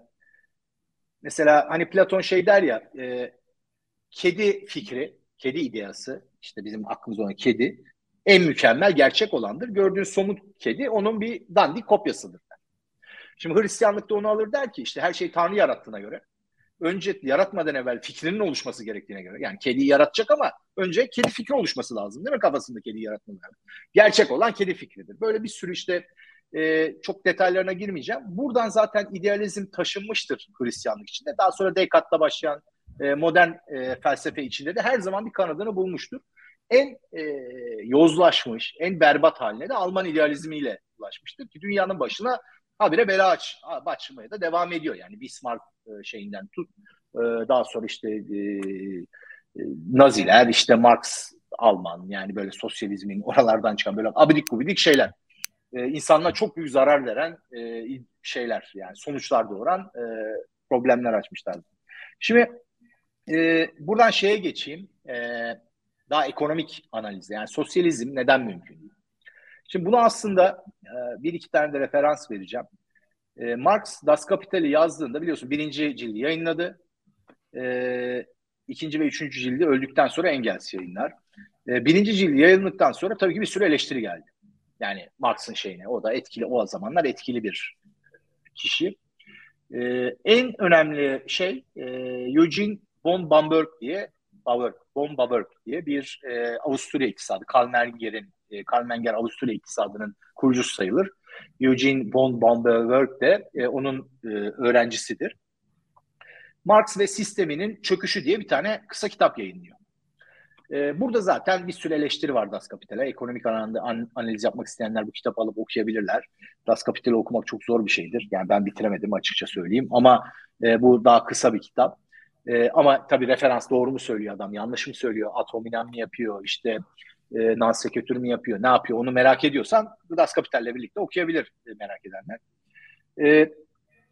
B: mesela hani Platon şey der ya e, kedi fikri, kedi ideası işte bizim aklımızda olan kedi en mükemmel gerçek olandır. Gördüğün somut kedi onun bir dandik kopyasıdır. Şimdi Hristiyanlıkta onu alır der ki işte her şey Tanrı yarattığına göre önce yaratmadan evvel fikrinin oluşması gerektiğine göre yani kediyi yaratacak ama önce kedi fikri oluşması lazım değil mi kafasında kediyi yaratmadan evvel. Gerçek olan kedi fikridir. Böyle bir sürü işte e, çok detaylarına girmeyeceğim. Buradan zaten idealizm taşınmıştır Hristiyanlık içinde. Daha sonra Descartes'la başlayan e, modern e, felsefe içinde de her zaman bir kanadını bulmuştur. En e, yozlaşmış, en berbat haline de Alman idealizmiyle ulaşmıştır ki dünyanın başına habire bela aç, açmaya da devam ediyor. Yani Bismarck e, şeyinden tut. E, daha sonra işte e, e, Naziler, işte Marx Alman yani böyle sosyalizmin oralardan çıkan böyle abidik gubidik şeyler. E, insanlara çok büyük zarar veren e, şeyler yani sonuçlar doğuran e, problemler açmışlar. Şimdi e, buradan şeye geçeyim. E, daha ekonomik analize yani sosyalizm neden mümkün değil? Şimdi bunu aslında e, bir iki tane de referans vereceğim. E, Marx Das Kapital'i yazdığında biliyorsun birinci cildi yayınladı. E, ikinci ve üçüncü cildi öldükten sonra Engels yayınlar. E, birinci cildi yayınladıktan sonra tabii ki bir sürü eleştiri geldi. Yani Marx'ın şeyine o da etkili o zamanlar etkili bir kişi. E, en önemli şey e, Eugene von Bamberg diye Bauer, von Bamberg diye bir e, Avusturya iktisadı. Karl Menger'in e, Karl Menger Avusturya iktisadının kurucusu sayılır. Eugene von Bamberg de e, onun e, öğrencisidir. Marx ve Sisteminin Çöküşü diye bir tane kısa kitap yayınlıyor. E, burada zaten bir sürü eleştiri var Das Kapital'e. Ekonomik anlamda an, analiz yapmak isteyenler bu kitabı alıp okuyabilirler. Das Kapital'i okumak çok zor bir şeydir. Yani ben bitiremedim açıkça söyleyeyim. Ama e, bu daha kısa bir kitap. E, ama tabii referans doğru mu söylüyor adam, yanlış mı söylüyor, ad hominem mi yapıyor, işte e, non sequitur mi yapıyor, ne yapıyor onu merak ediyorsan Das Kapital'le birlikte okuyabilir e, merak edenler. E,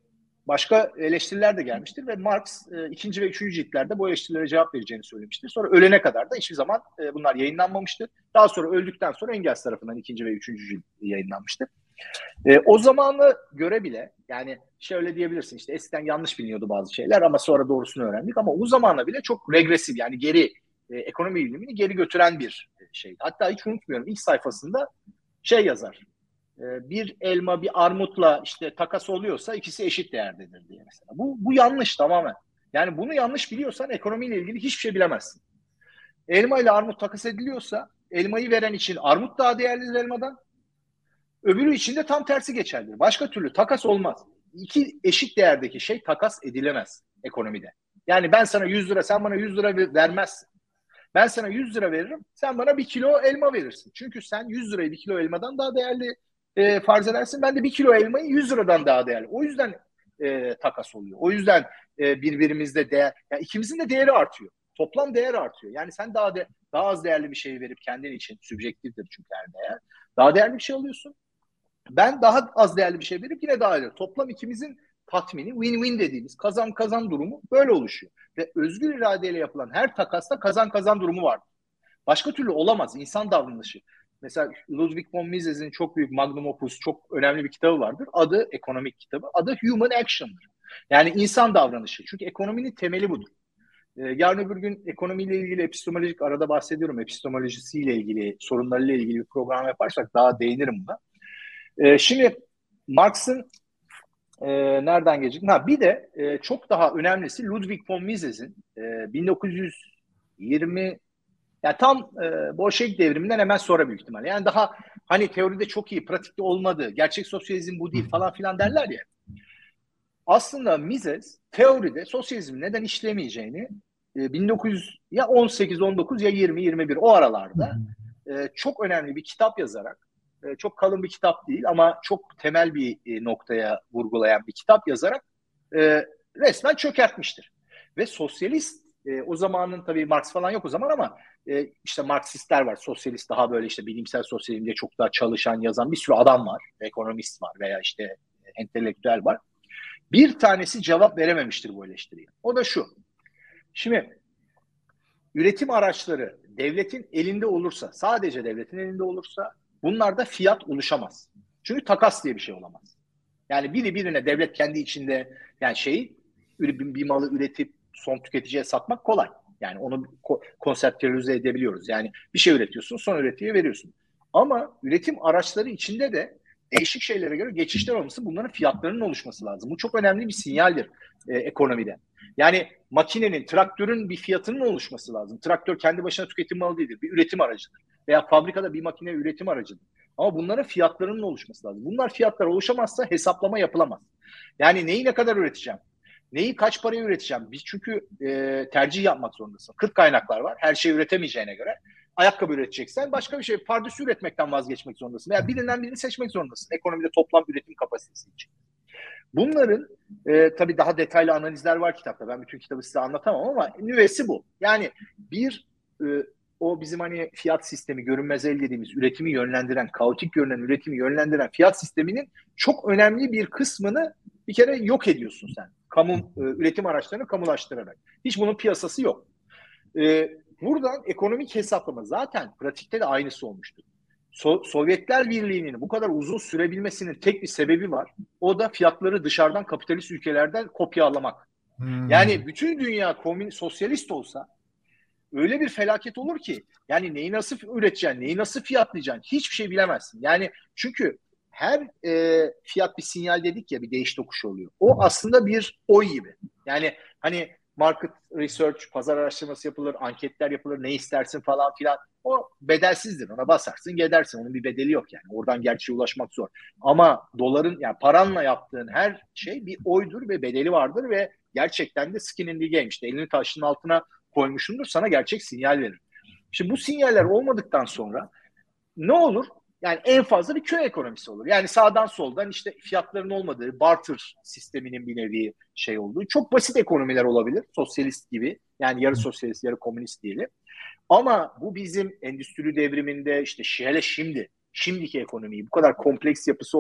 B: başka eleştiriler de gelmiştir ve Marx e, ikinci ve üçüncü ciltlerde bu eleştirilere cevap vereceğini söylemiştir. Sonra ölene kadar da hiçbir zaman e, bunlar yayınlanmamıştır. Daha sonra öldükten sonra Engels tarafından ikinci ve üçüncü cilt yayınlanmıştır. E, o zamana göre bile yani şöyle diyebilirsin işte eskiden yanlış biliniyordu bazı şeyler ama sonra doğrusunu öğrendik ama o zamana bile çok regresif yani geri e, ekonomi bilimini geri götüren bir şey. Hatta hiç unutmuyorum ilk sayfasında şey yazar. E, bir elma bir armutla işte takas oluyorsa ikisi eşit değerdedir diye mesela. Bu, bu yanlış tamamen. Yani bunu yanlış biliyorsan ekonomiyle ilgili hiçbir şey bilemezsin. Elma ile armut takas ediliyorsa elmayı veren için armut daha değerlidir elmadan. Öbürü için de tam tersi geçerlidir. Başka türlü takas olmaz. İki eşit değerdeki şey takas edilemez ekonomide. Yani ben sana yüz lira, sen bana yüz lira vermezsin. Ben sana yüz lira veririm, sen bana bir kilo elma verirsin. Çünkü sen yüz lirayı bir kilo elmadan daha değerli e, farz edersin. Ben de bir kilo elmayı yüz liradan daha değerli. O yüzden e, takas oluyor. O yüzden e, birbirimizde değer, yani ikimizin de değeri artıyor. Toplam değer artıyor. Yani sen daha de, daha az değerli bir şey verip kendin için, sübjektiftir çünkü her değer. Daha değerli bir şey alıyorsun. Ben daha az değerli bir şey verip yine daha değerli. Toplam ikimizin tatmini, win-win dediğimiz kazan kazan durumu böyle oluşuyor. Ve özgür iradeyle yapılan her takasta kazan kazan durumu var. Başka türlü olamaz. İnsan davranışı. Mesela Ludwig von Mises'in çok büyük magnum opus, çok önemli bir kitabı vardır. Adı ekonomik kitabı. Adı Human Action'dır. Yani insan davranışı. Çünkü ekonominin temeli budur. Ee, yarın öbür gün ekonomiyle ilgili epistemolojik, arada bahsediyorum, epistemolojisiyle ilgili, sorunlarıyla ilgili bir program yaparsak daha değinirim buna. Ee, şimdi Marx'ın e, nereden gelecek? Ha, bir de e, çok daha önemlisi Ludwig von Mises'in e, bin dokuz yüz yirmi yani tam e, Bolşevik devriminden hemen sonra büyük ihtimalle. Yani daha hani teoride çok iyi, pratikte olmadı, gerçek sosyalizm bu değil falan filan derler ya. Aslında Mises teoride sosyalizmin neden işlemeyeceğini e, bin dokuz yüz ya on sekiz on dokuz ya yirmi yirmi bir o aralarda e, çok önemli bir kitap yazarak, e, çok kalın bir kitap değil ama çok temel bir e, noktaya vurgulayan bir kitap yazarak e, resmen çökertmiştir. Ve sosyalist e, o zamanın tabii Marx falan yok o zaman ama e, işte Marksistler var. Sosyalist daha böyle işte bilimsel sosyalizmde çok daha çalışan, yazan bir sürü adam var. Ekonomist var veya işte entelektüel var. Bir tanesi cevap verememiştir bu eleştiriye. O da şu. Şimdi üretim araçları devletin elinde olursa, sadece devletin elinde olursa bunlarda fiyat oluşamaz. Çünkü takas diye bir şey olamaz. Yani biri birine devlet kendi içinde yani şeyi bir malı üretip son tüketiciye satmak kolay. Yani onu konseptüelize edebiliyoruz. Yani bir şey üretiyorsun, son üreticiye veriyorsun. Ama üretim araçları içinde de değişik şeylere göre geçişler olması, bunların fiyatlarının oluşması lazım. Bu çok önemli bir sinyaldir e, ekonomide. Yani makinenin, traktörün bir fiyatının oluşması lazım. Traktör kendi başına tüketim malı değildir. Bir üretim aracıdır. Veya fabrikada bir makine üretim aracıdır. Ama bunların fiyatlarının oluşması lazım. Bunlar fiyatlar oluşamazsa hesaplama yapılamaz. Yani neyi ne kadar üreteceğim? Neyi kaç paraya üreteceğim? Biz çünkü e, tercih yapmak zorundasın. kıt kaynaklar var. Her şeyi üretemeyeceğine göre. Ayakkabı üreteceksen başka bir şey, pardüsü üretmekten vazgeçmek zorundasın. Veya birinden birini seçmek zorundasın. Ekonomide toplam üretim kapasitesi için. Bunların e, tabii daha detaylı analizler var kitapta. Ben bütün kitabı size anlatamam ama nüvesi bu. Yani bir e, o bizim hani fiyat sistemi, görünmez el dediğimiz üretimi yönlendiren, kaotik görünen üretimi yönlendiren fiyat sisteminin çok önemli bir kısmını bir kere yok ediyorsun sen. Kamu e, üretim araçlarını kamulaştırarak. Hiç bunun piyasası yok. E, buradan ekonomik hesaplama zaten pratikte de aynısı olmuştur. So- Sovyetler Birliği'nin bu kadar uzun sürebilmesinin tek bir sebebi var. O da fiyatları dışarıdan kapitalist ülkelerden kopyalamak. Hmm. Yani bütün dünya komünist, sosyalist olsa öyle bir felaket olur ki yani neyi nasıl üreteceksin, neyi nasıl fiyatlayacaksın hiçbir şey bilemezsin. Yani çünkü her e, fiyat bir sinyal dedik ya, bir değiş tokuş oluyor. O aslında bir oy gibi. Yani hani market research, pazar araştırması yapılır, anketler yapılır, ne istersin falan filan. O bedelsizdir. Ona basarsın, gidersin. Onun bir bedeli yok yani. Oradan gerçeğe ulaşmak zor. Ama doların, yani paranla yaptığın her şey bir oydur ve bedeli vardır ve gerçekten de skin in the game. İşte elini taşın altına koymuşsundur, sana gerçek sinyal verir. Şimdi bu sinyaller olmadıktan sonra ne olur? Yani en fazla bir köy ekonomisi olur. Yani sağdan soldan işte fiyatların olmadığı, barter sisteminin bir nevi şey olduğu çok basit ekonomiler olabilir. Sosyalist gibi. Yani yarı sosyalist, yarı komünist diyelim. Ama bu bizim endüstri devriminde işte hele şimdi, şimdiki ekonomiyi bu kadar kompleks yapısı olan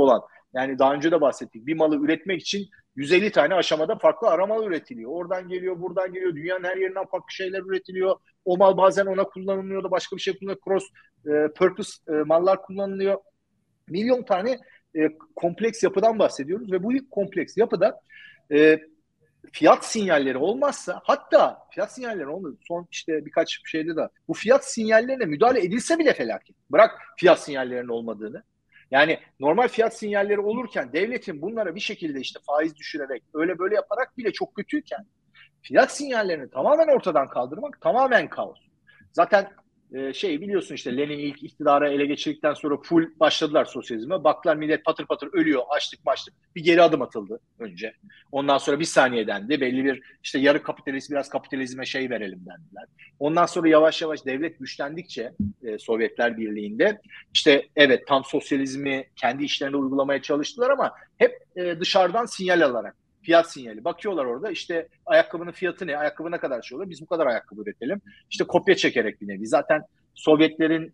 B: Yani daha önce de bahsettik. Bir malı üretmek için yüz elli tane aşamada farklı aramalı üretiliyor. Oradan geliyor, buradan geliyor. Dünyanın her yerinden farklı şeyler üretiliyor. O mal bazen ona kullanılıyor da başka bir şey kullanılıyor. Cross e, purpose e, mallar kullanılıyor. Milyon tane e, kompleks yapıdan bahsediyoruz ve bu kompleks yapıda e, fiyat sinyalleri olmazsa, hatta fiyat sinyalleri olmadı. Son işte birkaç şeyde de bu fiyat sinyallerine müdahale edilse bile felaket. Bırak fiyat sinyallerinin olmadığını. Yani normal fiyat sinyalleri olurken devletin bunlara bir şekilde işte faiz düşürerek öyle böyle yaparak bile çok kötüyken fiyat sinyallerini tamamen ortadan kaldırmak tamamen kaos. Zaten e, şey biliyorsun işte Lenin ilk iktidara ele geçirdikten sonra full başladılar sosyalizme. Baktılar millet patır patır ölüyor, açlık başlık. Bir geri adım atıldı önce. Ondan sonra bir saniye dendi. Belli bir işte yarı kapitalist biraz kapitalizme şey verelim dendiler. Ondan sonra yavaş yavaş devlet güçlendikçe e, Sovyetler Birliği'nde işte evet tam sosyalizmi kendi işlerinde uygulamaya çalıştılar ama hep e, dışarıdan sinyal alarak. Fiyat sinyali. Bakıyorlar orada işte ayakkabının fiyatı ne? Ayakkabı ne kadar şey oluyor? Biz bu kadar ayakkabı üretelim. İşte kopya çekerek bir nevi. Zaten Sovyetlerin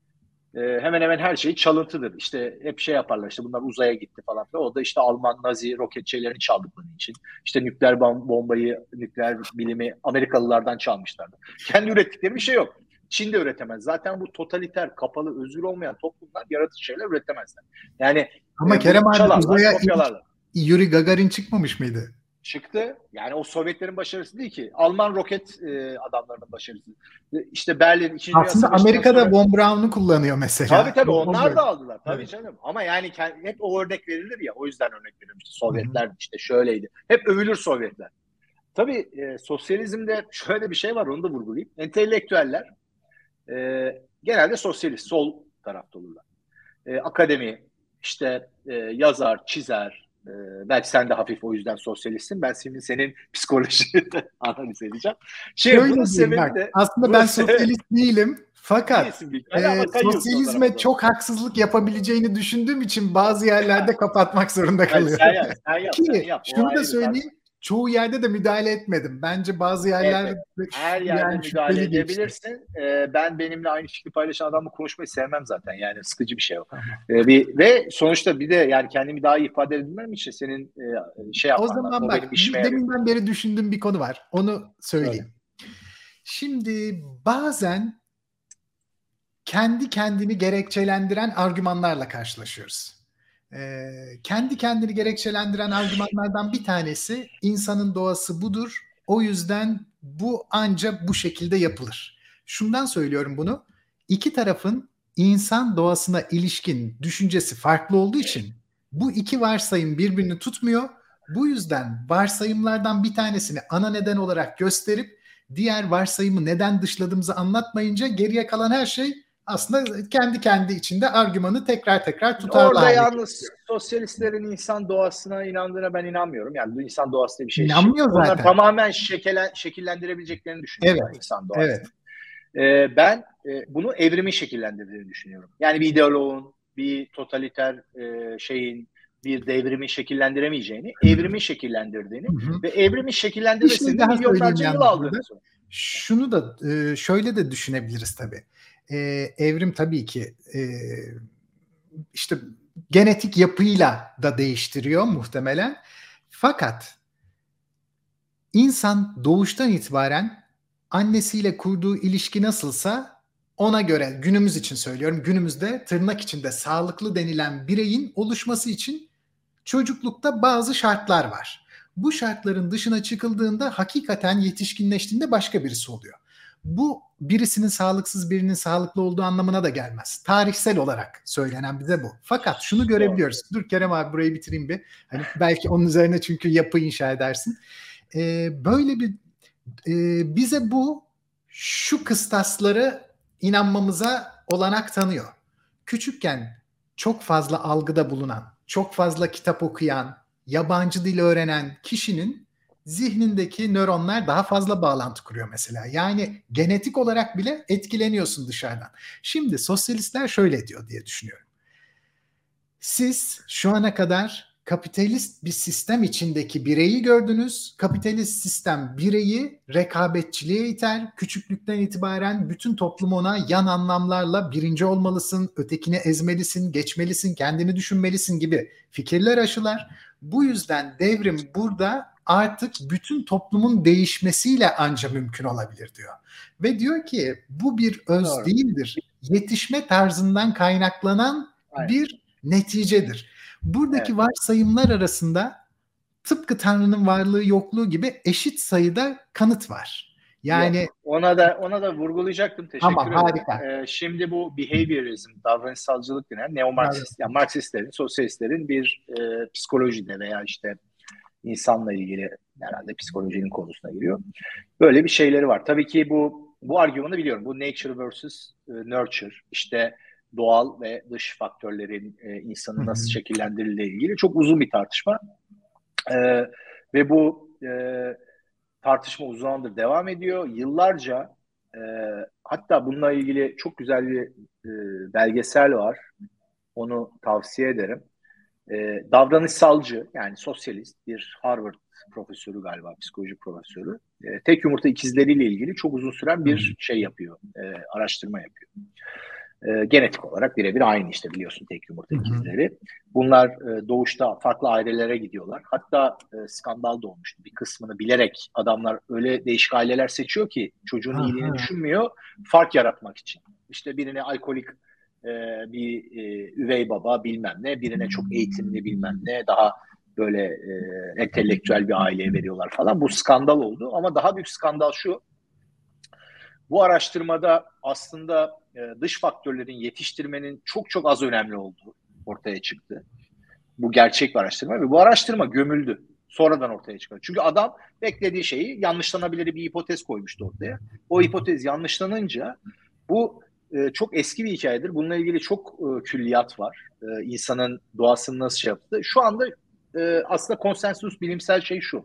B: e, hemen hemen her şeyi çalıntıdır. İşte hep şey yaparlar işte bunlar uzaya gitti falan. O da işte Alman Nazi roket şeylerini çaldıkları için. İşte nükleer bombayı, nükleer bilimi Amerikalılardan çalmışlardı. Kendi ürettikleri bir şey yok. Çin de üretemez. Zaten bu totaliter, kapalı, özgür olmayan toplumlar yaratıcı şeyler üretemezler. Yani
A: ama
B: e,
A: Kerem abi
B: çalarlar,
A: uzaya
B: kopyalarlar.
A: Yuri Gagarin çıkmamış mıydı?
B: Çıktı. Yani o Sovyetlerin başarısı değil ki. Alman roket e, adamlarının başarısı. İşte Berlin ikinci Dünya
A: Aslında
B: Savaşı'ndan
A: Amerika'da
B: sonra...
A: Von Braun'u kullanıyor mesela.
B: Tabii tabii onlar da aldılar. Tabii
A: evet.
B: canım. Ama yani hep o örnek verilir ya. O yüzden örnek veriyorum. İşte Sovyetler işte şöyleydi. Hep övülür Sovyetler. Tabii e, sosyalizmde şöyle bir şey var. Onu da vurgulayayım. Entelektüeller e, genelde sosyalist, sol tarafta olurlar. E, akademi, işte e, yazar, çizer, e, belki sen de hafif o yüzden sosyalistsin. Ben şimdi senin psikolojini analiz edeceğim. Şey,
A: Şöyle
B: bunun
A: diyeyim
B: sebebi
A: bak,
B: de...
A: aslında ben sosyalist değilim. Fakat e, sosyalizme çok haksızlık yapabileceğini düşündüğüm için bazı yerlerde kapatmak zorunda kalıyorum.
B: Sen yap, sen yap,
A: Ki
B: sen yap.
A: şunu da söyleyeyim, çoğu yerde de müdahale etmedim. Bence bazı yerlerde
B: evet, evet. Her yerde yani müdahale edebilirsin. Ee, ben benimle aynı fikri paylaşan adamla konuşmayı sevmem zaten. Yani sıkıcı bir şey o. Tamam. Ee, bir, ve sonuçta bir de yani kendimi daha iyi ifade edebilmem için senin e, şey yapman lazım.
A: O zaman o bak, deminden beri düşündüğüm bir konu var. Onu söyleyeyim. Öyle. Şimdi bazen kendi kendini gerekçelendiren argümanlarla karşılaşıyoruz. Ee, kendi kendini gerekçelendiren argümanlardan bir tanesi insanın doğası budur. O yüzden bu ancak bu şekilde yapılır. Şundan söylüyorum bunu. İki tarafın insan doğasına ilişkin düşüncesi farklı olduğu için bu iki varsayım birbirini tutmuyor. Bu yüzden varsayımlardan bir tanesini ana neden olarak gösterip diğer varsayımı neden dışladığımızı anlatmayınca geriye kalan her şey aslında kendi kendi içinde argümanı tekrar tekrar tutarlı.
B: Orada yalnız geçiyor. Sosyalistlerin insan doğasına inandığına ben inanmıyorum. Yani bu insan doğası diye bir şey.
A: İnanmıyor zaten.
B: Onlar tamamen şekillen, şekillendirebileceklerini düşünüyorum
A: evet.
B: insan doğasını.
A: Evet.
B: Ee, ben e, bunu evrimin şekillendirdiğini düşünüyorum. Yani bir ideoloğun, bir totaliter e, şeyin, bir devrimi şekillendiremeyeceğini, evrimin şekillendirdiğini hı hı. ve evrimin şekillendirmesinde şey milyonlarca yıl aldığını.
A: Şunu da şöyle de düşünebiliriz tabii. Ee, evrim tabii ki e, işte genetik yapıyla da değiştiriyor muhtemelen. Fakat insan doğuştan itibaren annesiyle kurduğu ilişki nasılsa ona göre, günümüz için söylüyorum, günümüzde tırnak içinde sağlıklı denilen bireyin oluşması için çocuklukta bazı şartlar var. Bu şartların dışına çıkıldığında hakikaten yetişkinleştiğinde başka birisi oluyor. Bu birisinin sağlıksız, birinin sağlıklı olduğu anlamına da gelmez. Tarihsel olarak söylenen bize bu. Fakat şunu görebiliyoruz. Dur Kerem abi burayı bitireyim bir. Hani belki onun üzerine çünkü yapı inşa edersin. Ee, böyle bir e, bize bu şu kıstasları inanmamıza olanak tanıyor. Küçükken çok fazla algıda bulunan, çok fazla kitap okuyan, yabancı dil öğrenen kişinin zihnindeki nöronlar daha fazla bağlantı kuruyor mesela. Yani genetik olarak bile etkileniyorsun dışarıdan. Şimdi sosyalistler şöyle diyor diye düşünüyorum. Siz şu ana kadar kapitalist bir sistem içindeki bireyi gördünüz. Kapitalist sistem bireyi rekabetçiliğe iter. Küçüklükten itibaren bütün toplum ona yan anlamlarla birinci olmalısın, ötekini ezmelisin, geçmelisin, kendini düşünmelisin gibi fikirler aşılar. Bu yüzden devrim burada artık bütün toplumun değişmesiyle ancak mümkün olabilir diyor. Ve diyor ki bu bir öz Doğru. değildir. Yetişme tarzından kaynaklanan Aynen. bir neticedir. Buradaki evet. varsayımlar arasında tıpkı Tanrı'nın varlığı yokluğu gibi eşit sayıda kanıt var. Yani
B: Yok, ona da ona da vurgulayacaktım. Teşekkür
A: tamam,
B: ederim.
A: Harika.
B: Ee, şimdi bu behaviorizm, davranışsalcılık denen neo-Marksist, yani Marksistlerin, sosyalistlerin bir e, psikolojide veya işte insanla ilgili herhalde psikolojinin konusuna giriyor. Böyle bir şeyleri var. Tabii ki bu bu argümanı biliyorum. Bu nature versus e, nurture. İşte doğal ve dış faktörlerin e, insanı nasıl şekillendirildiği ilgili çok uzun bir tartışma. E, ve bu e, tartışma uzun zamandır devam ediyor. Yıllarca e, hatta bununla ilgili çok güzel bir e, belgesel var. Onu tavsiye ederim. E, davranışsalcı yani sosyalist bir Harvard profesörü galiba, psikoloji profesörü. E, tek yumurta ikizleriyle ilgili çok uzun süren bir şey yapıyor. E, araştırma yapıyor. E, genetik olarak birebir aynı işte biliyorsun tek yumurta ikizleri. Bunlar e, doğuşta farklı ailelere gidiyorlar. Hatta e, skandal da olmuştu. Bir kısmını bilerek adamlar öyle değişik aileler seçiyor ki çocuğun Aha. iyiliğini düşünmüyor. Fark yaratmak için. İşte birine alkolik e, bir e, üvey baba bilmem ne. Birine çok eğitimli bilmem ne. Daha böyle e, entelektüel bir aileye veriyorlar falan. Bu skandal oldu. Ama daha büyük skandal şu. Bu araştırmada aslında e, dış faktörlerin yetiştirmenin çok çok az önemli olduğu ortaya çıktı. Bu gerçek bir araştırma ve bu araştırma gömüldü. Sonradan ortaya çıktı. Çünkü adam beklediği şeyi yanlışlanabilir bir hipotez koymuştu ortaya. O hipotez yanlışlanınca bu e, çok eski bir hikayedir. Bununla ilgili çok e, külliyat var. E, insanın doğasını nasıl şey yaptı. Şu anda e, aslında konsensus bilimsel şey şu.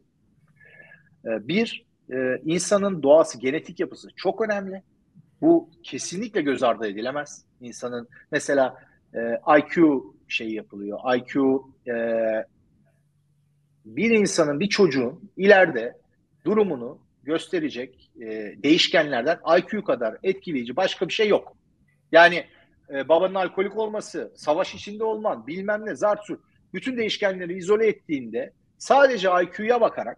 B: E, bir, e, insanın doğası, genetik yapısı çok önemli. Bu kesinlikle göz ardı edilemez. İnsanın mesela e, I Q şeyi yapılıyor. I Q e, bir insanın, bir çocuğun ileride durumunu gösterecek e, değişkenlerden I Q kadar etkileyici başka bir şey yok. Yani e, babanın alkolik olması, savaş içinde olman, bilmem ne, zart surt. Bütün değişkenleri izole ettiğinde sadece I Q'ya bakarak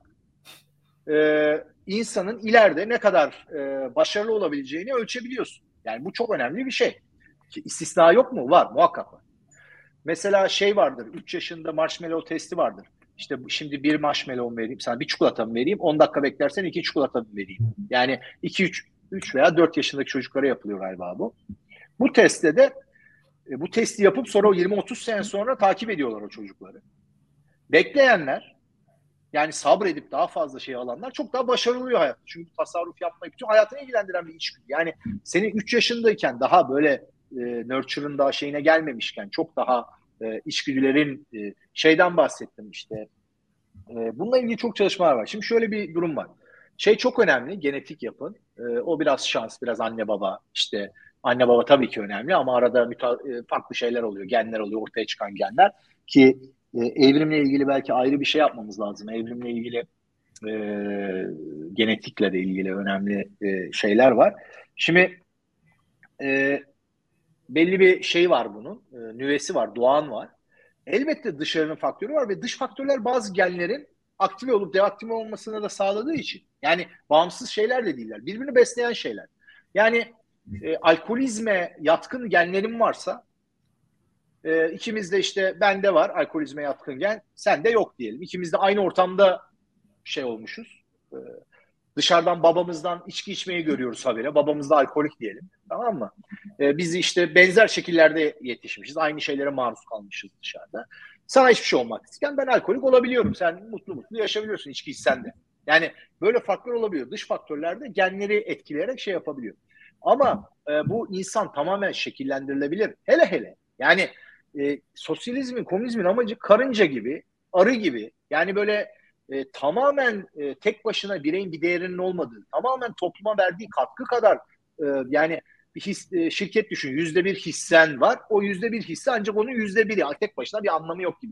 B: e, insanın ileride ne kadar e, başarılı olabileceğini ölçebiliyorsun. Yani bu çok önemli bir şey. Ki istisna yok mu? Var, muhakkak var. Mesela şey vardır, üç yaşında marshmallow testi vardır. İşte şimdi bir marshmallow vereyim, sana bir çikolata mı vereyim, on dakika beklersen iki çikolata mı vereyim? Yani iki üç üç veya dört yaşındaki çocuklara yapılıyor galiba bu. Bu testte de e, bu testi yapıp sonra o yirmi otuz sene sonra takip ediyorlar o çocukları. Bekleyenler, yani sabredip daha fazla şey alanlar çok daha başarılı oluyor hayatta. Çünkü tasarruf yapmayı bütün hayatını ilgilendiren bir içgüdü. Yani senin üç yaşındayken daha böyle e, nurture'ın daha şeyine gelmemişken çok daha e, içgüdülerin e, şeyden bahsettim işte. E, bununla ilgili çok çalışmalar var. Şimdi şöyle bir durum var. Şey çok önemli, genetik yapın. E, o biraz şans, biraz anne baba. İşte anne baba tabii ki önemli ama arada müta- e, farklı şeyler oluyor, genler oluyor, ortaya çıkan genler ki e, evrimle ilgili belki ayrı bir şey yapmamız lazım. Evrimle ilgili e, genetikle de ilgili önemli e, şeyler var. Şimdi e, belli bir şey var bunun, e, nüvesi var, doğan var. Elbette dışarının faktörü var ve dış faktörler bazı genlerin aktive olup deaktive olmasını da sağladığı için. Yani bağımsız şeyler de değiller. Birbirini besleyen şeyler. Yani e, alkolizme yatkın genlerim varsa e, ikimiz de işte bende var alkolizme yatkın gen, sende yok diyelim. İkimiz de aynı ortamda şey olmuşuz. E, dışarıdan babamızdan içki içmeyi görüyoruz habire. Babamız da alkolik diyelim. Tamam mı? E, biz işte benzer şekillerde yetişmişiz. Aynı şeylere maruz kalmışız dışarıda. Sana hiçbir şey olmak isteyen ben alkolik olabiliyorum. Sen mutlu mutlu yaşayabiliyorsun içki içsen de. Yani böyle faktör olabiliyor. Dış faktörler de genleri etkileyerek şey yapabiliyor. Ama e, bu insan tamamen şekillendirilebilir. Hele hele. Yani e, sosyalizmin, komünizmin amacı karınca gibi, arı gibi. Yani böyle e, tamamen e, tek başına bireyin bir değerinin olmadığı, tamamen topluma verdiği katkı kadar e, yani bir his, e, şirket düşün, yüzde bir hissen var. O yüzde bir hisse ancak onun yüzde biri. Tek başına bir anlamı yok gibi düşün.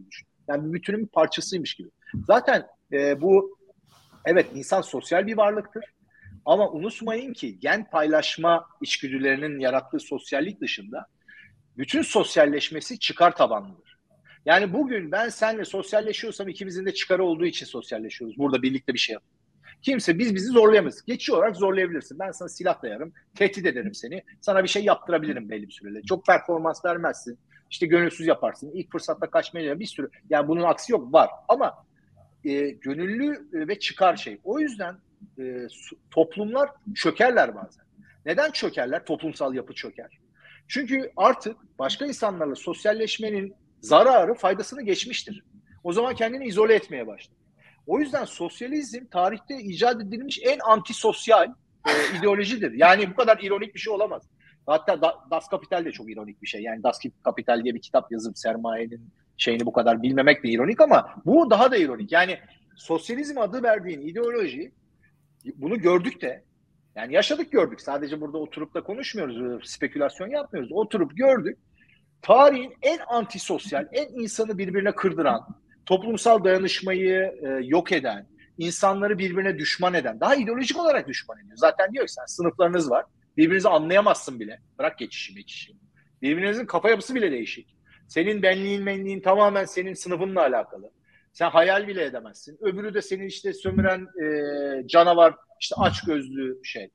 B: Yani bir bütünün bir parçasıymış gibi. Zaten e, bu evet insan sosyal bir varlıktır. Ama unutmayın ki gen paylaşma içgüdülerinin yarattığı sosyallik dışında bütün sosyalleşmesi çıkar tabanlıdır. Yani bugün ben seninle sosyalleşiyorsam ikimizin de çıkarı olduğu için sosyalleşiyoruz. Burada birlikte bir şey yapıyoruz. Kimse biz bizi zorlayamayız. Geçici olarak zorlayabilirsin. Ben sana silah dayarım, tehdit ederim seni. Sana bir şey yaptırabilirim belli bir süreyle. Çok performans vermezsin. İşte gönülsüz yaparsın. İlk fırsatta kaçmaya bir sürü. Yani bunun aksi yok, var. Ama e, gönüllü ve çıkar şey. O yüzden e, toplumlar çökerler bazen. Neden çökerler? Toplumsal yapı çöker. Çünkü artık başka insanlarla sosyalleşmenin zararı faydasını geçmiştir. O zaman kendini izole etmeye başlar. O yüzden sosyalizm tarihte icat edilmiş en antisosyal e, ideolojidir. Yani bu kadar ironik bir şey olamaz. Hatta da, Das Kapital de çok ironik bir şey. Yani Das Kapital diye bir kitap yazıp sermayenin şeyini bu kadar bilmemek de ironik ama bu daha da ironik. Yani sosyalizm adı verdiğin ideoloji, bunu gördük de, yani yaşadık gördük. Sadece burada oturup da konuşmuyoruz, spekülasyon yapmıyoruz. Oturup gördük. Tarihin en antisosyal, en insanı birbirine kırdıran, toplumsal dayanışmayı e, yok eden, insanları birbirine düşman eden, daha ideolojik olarak düşman ediyor. Zaten diyor ki sen sınıflarınız var, birbirinizi anlayamazsın bile. Bırak geçişi geçişi. Birbirinizin kafa yapısı bile değişik. Senin benliğin menliğin tamamen senin sınıfınla alakalı. Sen hayal bile edemezsin. Öbürü de senin işte sömüren e, canavar, işte aç gözlü şey.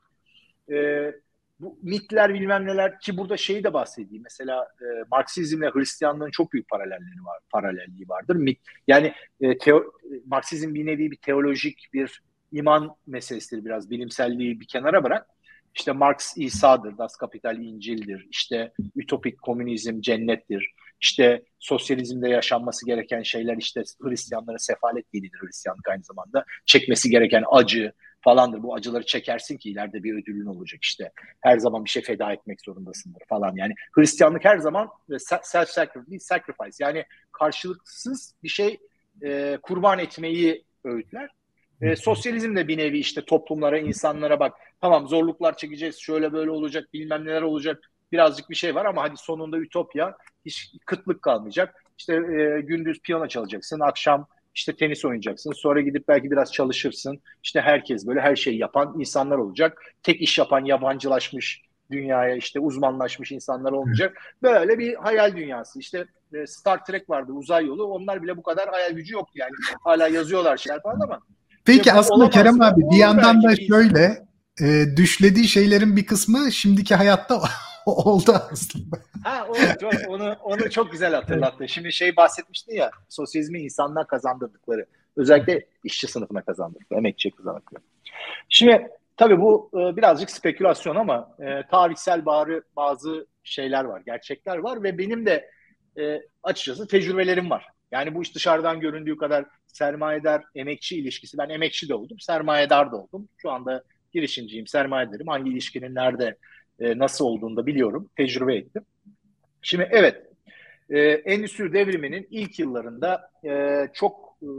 B: E, bu mitler bilmem neler ki burada şeyi de bahsedeyim. Mesela e, Marksizmle Hristiyanlığın çok büyük paralelliği var, paralelliği vardır. Mit, yani e, teo, Marksizm bir nevi bir teolojik bir iman meselesidir, biraz bilimselliği bir kenara bırak. İşte Marx İsa'dır, Das Kapital İncil'dir, işte ütopik komünizm cennettir, işte sosyalizmde yaşanması gereken şeyler işte Hristiyanların sefalet dinidir, Hristiyanlık aynı zamanda çekmesi gereken acı falandır. Bu acıları çekersin ki ileride bir ödülün olacak işte. Her zaman bir şey feda etmek zorundasındır falan. Yani Hristiyanlık her zaman self sacrifice, yani karşılıksız bir şey e, kurban etmeyi öğütler. E, sosyalizm de bir nevi işte toplumlara, insanlara bak tamam zorluklar çekeceğiz, şöyle böyle olacak, bilmem neler olacak, birazcık bir şey var ama hadi sonunda ütopya, hiç kıtlık kalmayacak. İşte e, gündüz piyano çalacaksın, akşam işte tenis oynayacaksın, sonra gidip belki biraz çalışırsın. İşte herkes böyle her şeyi yapan insanlar olacak. Tek iş yapan yabancılaşmış dünyaya işte uzmanlaşmış insanlar olmayacak. Böyle bir hayal dünyası. İşte e, Star Trek vardı, uzay yolu. Onlar bile bu kadar hayal gücü yoktu yani. Hala yazıyorlar şeyler falan ama.
A: Peki
B: İşte
A: aslında Kerem abi bir yandan da şöyle e, düşlediği şeylerin bir kısmı şimdiki hayatta oldu aslında.
B: Ha evet, onu onu çok güzel hatırlattın. Şimdi şey bahsetmiştin ya, sosyalizmi insanlar kazandırdıkları, özellikle işçi sınıfına kazandırdıkları, emekçiye kazandırdıkları. Şimdi tabii bu e, birazcık spekülasyon ama e, tarihsel bazı bazı şeyler var, gerçekler var ve benim de e, açıkçası tecrübelerim var. Yani bu iş dışarıdan göründüğü kadar sermayedar emekçi ilişkisi, ben emekçi de oldum, sermayedar da oldum. Şu anda girişimciyim, sermayedarım. Hangi ilişkinin nerede e, nasıl olduğunu da biliyorum, tecrübe ettim. Şimdi evet, e, endüstri devriminin ilk yıllarında e, çok e,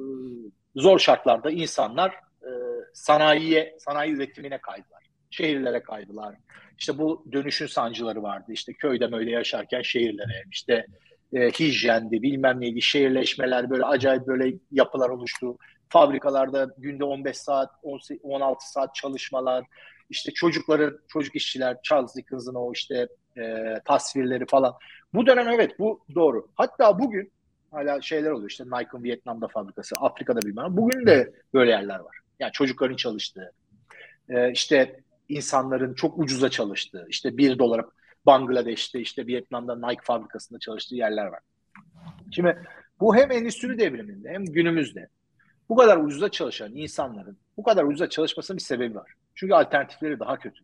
B: zor şartlarda insanlar e, sanayiye, sanayi üretimine kaydılar. Şehirlere kaydılar. İşte bu dönüşün sancıları vardı. İşte köyde möyle yaşarken şehirlere, işte e, hijyendi, bilmem neydi, şehirleşmeler, böyle acayip böyle yapılar oluştu. Fabrikalarda günde on beş saat, on altı saat çalışmalar, işte çocukların, çocuk işçiler, Charles Dickens'ın o işte e, tasvirleri falan. Bu dönem evet, bu doğru. Hatta bugün hala şeyler oluyor, işte Nike'ın Vietnam'da fabrikası, Afrika'da bilmem. Bugün de böyle yerler var. Yani çocukların çalıştığı, e, işte insanların çok ucuza çalıştığı, işte bir dolara Bangladeş'te, işte Vietnam'da Nike fabrikasında çalıştığı yerler var. Şimdi bu hem endüstri devriminde hem günümüzde bu kadar ucuza çalışan insanların bu kadar ucuza çalışmasının bir sebebi var. Çünkü alternatifleri daha kötü.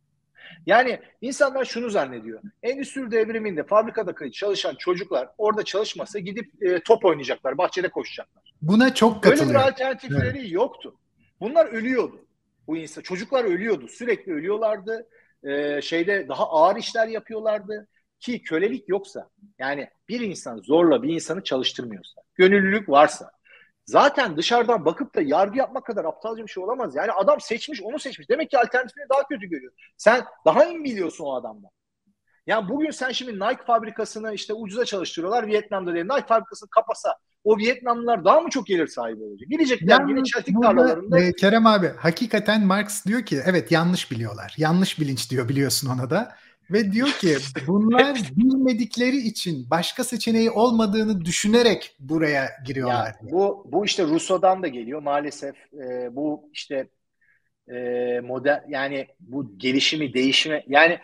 B: Yani insanlar şunu zannediyor. Endüstri devriminde fabrikada çalışan çocuklar orada çalışmasa gidip e, top oynayacaklar, bahçede koşacaklar.
A: Buna çok katılıyorum.
B: Öyle bir alternatifleri evet. yoktu. Bunlar ölüyordu. Bu insan, çocuklar ölüyordu. Sürekli ölüyorlardı. Ee, şeyde daha ağır işler yapıyorlardı. Ki kölelik yoksa, yani bir insan zorla bir insanı çalıştırmıyorsa, gönüllülük varsa, zaten dışarıdan bakıp da yargı yapmak kadar aptalca bir şey olamaz. Yani adam seçmiş, onu seçmiş. Demek ki alternatifini daha kötü görüyor. Sen daha iyi biliyorsun o adamdan. Yani bugün sen şimdi Nike fabrikasını işte ucuza çalıştırıyorlar Vietnam'da diye. Nike fabrikasını kapasa, o Vietnamlılar daha mı çok gelir sahibi olacak? Gidecekler yine
A: Yalnız
B: çeltik
A: burada
B: tarlalarında.
A: e, Kerem abi hakikaten Marx diyor ki evet yanlış biliyorlar. Yanlış bilinç diyor biliyorsun ona da. Ve diyor ki bunlar bilmedikleri için başka seçeneği olmadığını düşünerek buraya giriyorlar.
B: Ya, bu bu işte Rousseau'dan da geliyor maalesef. E, bu işte e, modern, yani bu gelişimi, değişimi, yani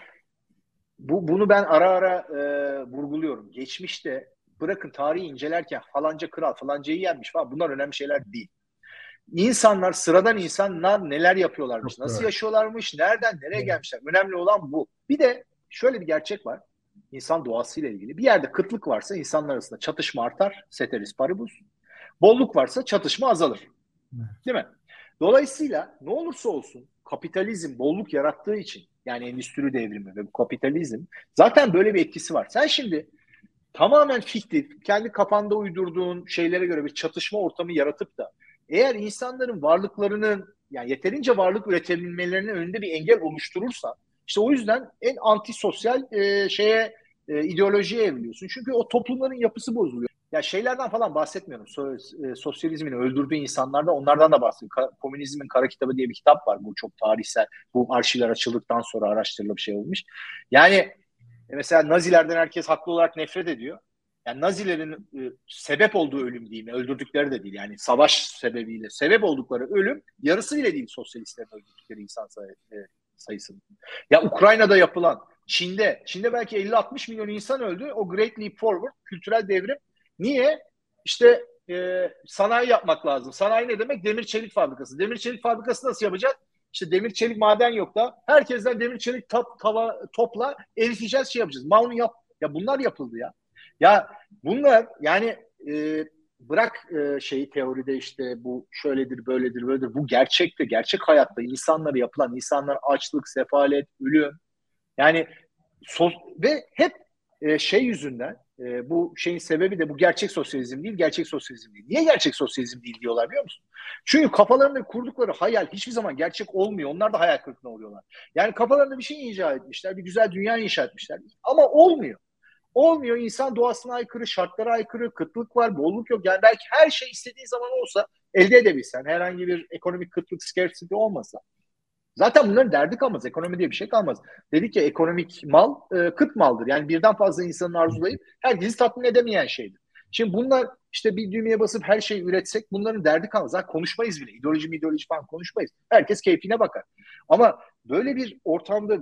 B: bu bunu ben ara ara e, vurguluyorum. Geçmişte bırakın tarihi incelerken falanca kral falancayı yenmiş falan, bunlar önemli şeyler değil. İnsanlar, sıradan insanlar neler yapıyorlarmış,
A: Çok
B: nasıl
A: doğru.
B: yaşıyorlarmış, nereden nereye
A: Evet.
B: gelmişler. Önemli olan bu. Bir de şöyle bir gerçek var. İnsan doğasıyla ilgili. Bir yerde kıtlık varsa insanlar arasında çatışma artar. Ceteris paribus. Bolluk varsa çatışma azalır.
A: Evet.
B: Değil mi? Dolayısıyla ne olursa olsun kapitalizm bolluk yarattığı için, yani endüstri devrimi ve bu kapitalizm zaten böyle bir etkisi var. Sen şimdi tamamen fiktif, kendi kafanda uydurduğun şeylere göre bir çatışma ortamı yaratıp da eğer insanların varlıklarının, yani yeterince varlık üretebilmelerinin önünde bir engel oluşturursa, işte o yüzden en antisosyal e, şeye e, ideolojiye evriliyorsun. Çünkü o toplumların yapısı bozuluyor. Ya şeylerden falan bahsetmiyorum. So, e, sosyalizmin öldürdüğü insanlardan, onlardan da bahsediyorum. Ka- Komünizmin Kara Kitabı diye bir kitap var. Bu çok tarihsel. Bu arşivler açıldıktan sonra araştırılıp şey olmuş. Yani e, mesela Nazilerden herkes haklı olarak nefret ediyor. Yani Nazilerin e, sebep olduğu ölüm diyeyim, öldürdükleri de değil. Yani savaş sebebiyle sebep oldukları ölüm yarısı bile değil sosyalistlerin öldürdükleri insan say- e, sayısının. Ya Ukrayna'da yapılan, Çin'de, Çin'de belki elli altmış milyon insan öldü. O Great Leap Forward, kültürel devrim. Niye? İşte e, sanayi yapmak lazım. Sanayi ne demek? Demir çelik fabrikası. Demir çelik fabrikası nasıl yapacağız? İşte demir çelik maden yok da herkesten demir çelik tap, tava, topla eriteceğiz, şey yapacağız. Mal mı yap? Ya bunlar yapıldı ya. Ya bunlar yani e, bırak e, şeyi teoride işte bu şöyledir, böyledir, böyledir. Bu gerçekte, gerçek hayatta insanlara yapılan, insanlar açlık, sefalet, ölüm. Yani sos ve hep e, şey yüzünden e, bu şeyin sebebi de bu gerçek sosyalizm değil, gerçek sosyalizm değil. Niye gerçek sosyalizm değil diyorlar biliyor musun? Çünkü kafalarında kurdukları hayal hiçbir zaman gerçek olmuyor. Onlar da hayal kırıklığına oluyorlar. Yani kafalarında bir şey icat etmişler, bir güzel dünya inşa etmişler ama olmuyor. Olmuyor. İnsan doğasına aykırı, şartlara aykırı, kıtlık var, bolluk yok. Yani belki her şey istediğin zaman olsa, elde edebilsen, herhangi bir ekonomik kıtlık, scarcity olmasa, zaten bunların derdi kalmaz. Ekonomi diye bir şey kalmaz. Dedik ya, ekonomik mal e, kıt maldır. Yani birden fazla insanın arzulayıp herkesi tatmin edemeyen şeydir. Şimdi bunlar işte bir düğmeye basıp her şeyi üretsek bunların derdi kalmaz. Zaten konuşmayız bile. İdeoloji mi ideoloji falan konuşmayız. Herkes keyfine bakar. Ama böyle bir ortamda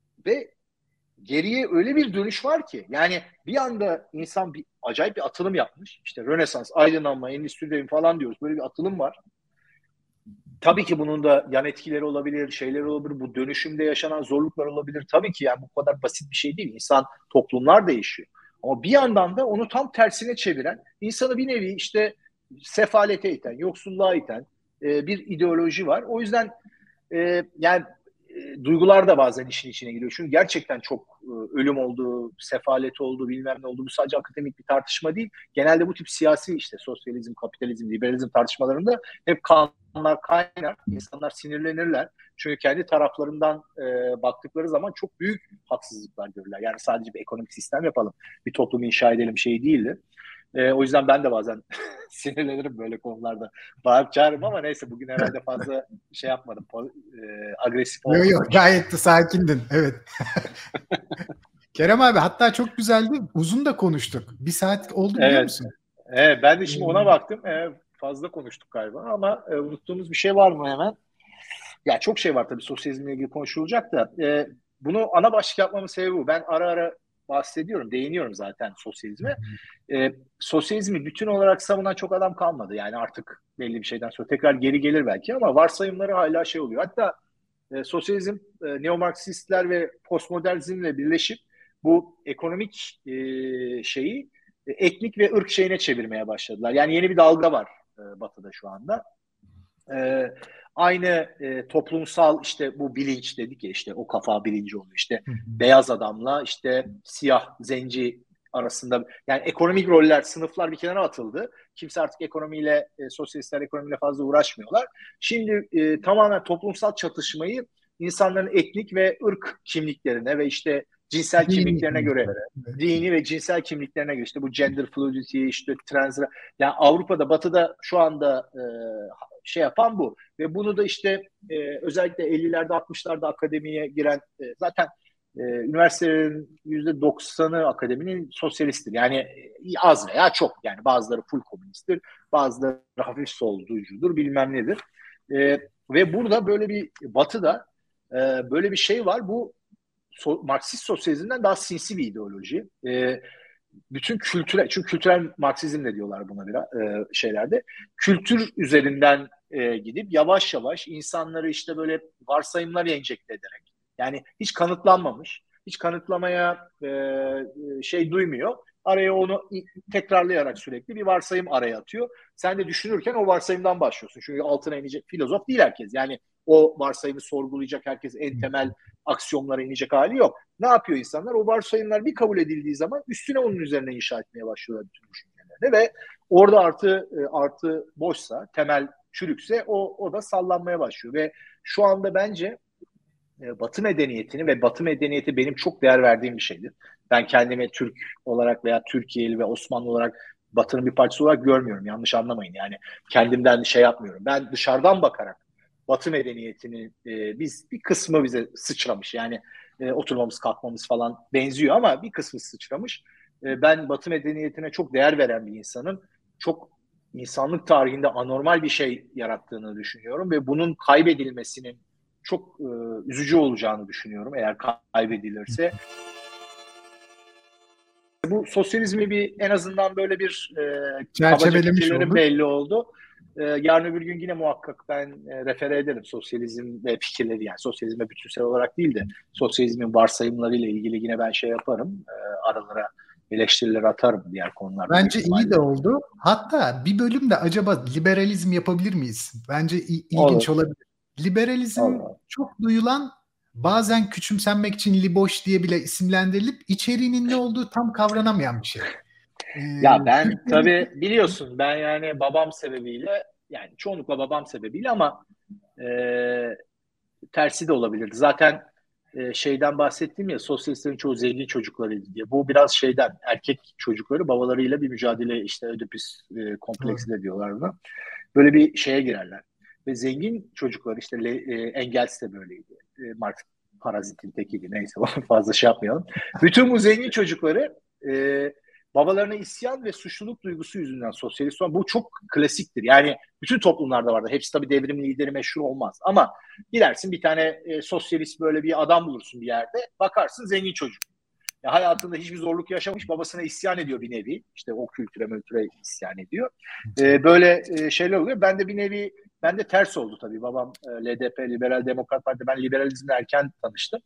B: ve geriye öyle bir dönüş var ki, yani bir anda insan bir acayip bir atılım yapmış. İşte Rönesans, aydınlanma, endüstri devrimi falan diyoruz. Böyle bir atılım var. Tabii ki bunun da yan etkileri olabilir, şeyler olabilir. Bu dönüşümde yaşanan zorluklar olabilir. Tabii ki yani bu kadar basit bir şey değil. İnsan, toplumlar değişiyor. Ama bir yandan da onu tam tersine çeviren, insanı bir nevi işte sefalete iten, yoksulluğa iten e, bir ideoloji var. O yüzden e, yani e, duygular da bazen işin içine giriyor. Çünkü gerçekten çok e, ölüm oldu, sefalet oldu, bilmem ne oldu. Bu sadece akademik bir tartışma değil. Genelde bu tip siyasi işte sosyalizm, kapitalizm, liberalizm tartışmalarında hep kanlar kaynar. İnsanlar sinirlenirler. Çünkü kendi taraflarından e, baktıkları zaman çok büyük haksızlıklar görürler. Yani sadece bir ekonomik sistem yapalım, bir toplum inşa edelim şey değildi. E, o yüzden ben de bazen sinirlenirim böyle konularda. Bağırıp çağırırım ama neyse, bugün herhalde fazla şey yapmadım. E, agresif
A: Yok
B: olmadım.
A: yok gayet de sakindin. Evet. Kerem abi hatta çok güzeldi. Uzun da konuştuk. Bir saat oldu biliyor
B: Evet.
A: musun?
B: Evet, ben de şimdi ona
A: Hmm.
B: baktım. E, fazla konuştuk galiba ama e, unuttuğumuz bir şey var mı hemen? Ya çok şey var tabii sosyalizmle ilgili konuşulacak da. E, bunu ana başlık yapmamın sebebi bu. Ben ara ara bahsediyorum, değiniyorum zaten sosyalizme. E, sosyalizmi bütün olarak savunan çok adam kalmadı. Yani artık belli bir şeyden sonra tekrar geri gelir belki ama varsayımları hala şey oluyor. Hatta e, sosyalizm e, neomarksistler ve postmodernizmle birleşip bu ekonomik e, şeyi e, etnik ve ırk şeyine çevirmeye başladılar. Yani yeni bir dalga var e, Batı'da şu anda. E, aynı e, toplumsal işte bu bilinç dedik ya, işte o kafa bilinci oluyor. İşte beyaz adamla işte siyah zenci arasında, yani ekonomik roller, sınıflar bir kenara atıldı. Kimse artık ekonomiyle, e, sosyalistler ekonomiyle fazla uğraşmıyorlar. Şimdi e, tamamen toplumsal çatışmayı insanların etnik ve ırk kimliklerine ve işte cinsel
A: Dini
B: kimliklerine göre,
A: kimliklere. Evet.
B: dini ve cinsel kimliklerine göre işte bu gender fluidity, işte trans, yani Avrupa'da, Batı'da şu anda e, şey yapan bu ve bunu da işte e, özellikle ellilerde altmışlarda akademiye giren e, zaten e, üniversitelerin yüzde doksanı akademinin sosyalisttir. Yani e, az veya çok, yani bazıları full komünisttir, bazıları hafif solcudur, bilmem nedir. E, ve burada böyle bir Batı'da e, böyle bir şey var. Bu so, Marksist sosyalizmden daha sinsi bir ideoloji. E, bütün kültürel, çünkü kültürel Marksizm de diyorlar buna biraz e, şeylerde. Kültür üzerinden e, gidip yavaş yavaş insanları işte böyle varsayımlar enjekte ederek, yani hiç kanıtlanmamış, hiç kanıtlamaya e, şey duymuyor. Araya onu tekrarlayarak sürekli bir varsayım araya atıyor. Sen de düşünürken o varsayımdan başlıyorsun. Çünkü altına inecek filozof değil herkes. Yani o varsayımı sorgulayacak herkes en temel aksiyonlara inecek hali yok. Ne yapıyor insanlar? O varsayımlar bir kabul edildiği zaman üstüne onun üzerine inşa etmeye başlıyorlar bütün düşüncelerini ve orada artı artı boşsa, temel çürükse o o da sallanmaya başlıyor ve şu anda bence Batı medeniyetini ve Batı medeniyeti benim çok değer verdiğim bir şeydir. Ben kendimi Türk olarak veya Türkiye'li ve Osmanlı olarak Batı'nın bir parçası olarak görmüyorum. Yanlış anlamayın. Yani kendimden şey yapmıyorum. Ben dışarıdan bakarak Batı medeniyetini e, biz bir kısmı bize sıçramış. Yani e, oturmamız kalkmamız falan benziyor ama bir kısmı sıçramış. E, ben Batı medeniyetine çok değer veren bir insanın çok insanlık tarihinde anormal bir şey yarattığını düşünüyorum ve bunun kaybedilmesinin çok e, üzücü olacağını düşünüyorum eğer kaybedilirse. Bu sosyalizmi bir en azından böyle bir e, kabaca fikirlerim belli oldu. E, yarın öbür gün yine muhakkak ben e, refere ederim sosyalizm ve fikirleri, yani sosyalizme bütünsel olarak değil de sosyalizmin varsayımlarıyla ilgili yine ben şey yaparım, e, aralara eleştiriler atarım diğer konularda.
A: Bence iyi de oldu. Hatta bir bölümde acaba liberalizm yapabilir miyiz? Bence il- ilginç Olur. olabilir. Liberalizm Olur. çok duyulan, bazen küçümsenmek için liboş diye bile isimlendirilip içeriğinin ne olduğu tam kavranamayan bir şey.
B: Ee, ya ben Türkiye'de... tabii biliyorsun ben yani babam sebebiyle, yani çoğunlukla babam sebebiyle ama e, tersi de olabilirdi. Zaten e, şeyden bahsettim ya, sosyalistlerin çoğu zengin çocuklarıydı diye. Bu biraz şeyden, erkek çocukları babalarıyla bir mücadele, işte Ödipüs e, kompleksi de diyorlar buna. Böyle bir şeye girerler. Ve zengin çocuklar işte e, Engels de böyleydi. E, Marx parazitin tekiydi. Neyse fazla şey yapmayalım. Bütün bu zengin çocukları e, babalarına isyan ve suçluluk duygusu yüzünden sosyalist olan, bu çok klasiktir. Yani bütün toplumlarda vardır. Hepsi tabii devrim lideri meşhur olmaz. Ama gidersin bir tane e, sosyalist böyle bir adam bulursun bir yerde. Bakarsın zengin çocuk. Ya hayatında hiçbir zorluk yaşamış, babasına isyan ediyor bir nevi. İşte o kültüre mültüre isyan ediyor. Ee, böyle e, şeyler oluyor. Ben de bir nevi, ben de ters oldu tabii. Babam e, L D P, Liberal Demokrat Parti. Ben liberalizmle erken tanıştım.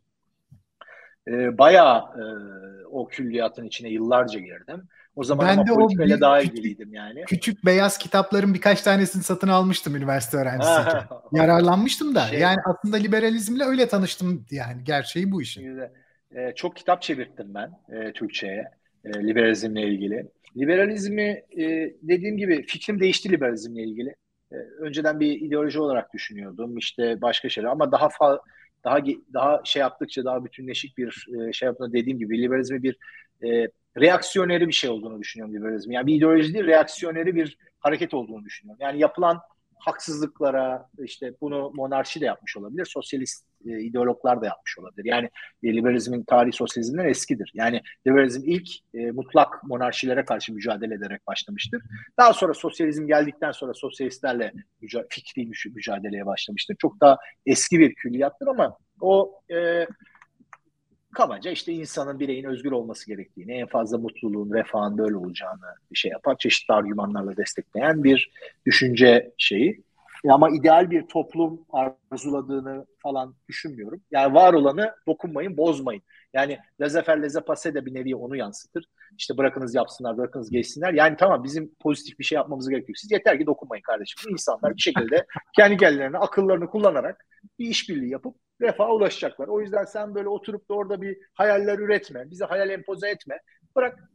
B: E, bayağı e, o külliyatın içine yıllarca girdim. O zaman ben ama politikayla daha küçük, ilgiliydim yani.
A: Küçük beyaz kitapların birkaç tanesini satın almıştım üniversite öğrencisiyken. Yararlanmıştım da. Şey, yani aslında liberalizmle öyle tanıştım, yani gerçeği bu işin.
B: E, çok kitap çevirttim ben e, Türkçe'ye e, liberalizmle ilgili. Liberalizmi e, dediğim gibi fikrim değişti liberalizmle ilgili. E, önceden bir ideoloji olarak düşünüyordum, işte başka şeyler, ama daha fa- daha daha şey yaptıkça daha bütünleşik bir e, şey yaptığında, dediğim gibi liberalizmi bir e, reaksiyoneri bir şey olduğunu düşünüyorum liberalizmi. Yani bir ideoloji değil, reaksiyoneri bir hareket olduğunu düşünüyorum. Yani yapılan haksızlıklara, işte bunu monarşi de yapmış olabilir, sosyalist e, ideologlar da yapmış olabilir. Yani e, liberalizmin tarihi sosyalizmden eskidir. Yani liberalizm ilk e, mutlak monarşilere karşı mücadele ederek başlamıştır. Daha sonra sosyalizm geldikten sonra sosyalistlerle müca- fikri mücadeleye başlamıştır. Çok daha eski bir külliyattır ama o e, kabaca işte insanın, bireyin özgür olması gerektiğini, en fazla mutluluğun, refahın böyle olacağını bir şey yapar, çeşitli argümanlarla destekleyen bir düşünce şeyi. Ama ideal bir toplum arzuladığını falan düşünmüyorum. Yani var olanı dokunmayın, bozmayın. Yani laissez-faire, laissez-passer de bir nevi onu yansıtır. İşte bırakınız yapsınlar, bırakınız geçsinler. Yani tamam, bizim pozitif bir şey yapmamız gerekiyor. Siz yeter ki dokunmayın kardeşim. İnsanlar bir şekilde kendi kendilerine akıllarını kullanarak bir işbirliği yapıp refaha ulaşacaklar. O yüzden sen böyle oturup da orada bir hayaller üretme, bize hayal empoze etme. Bırak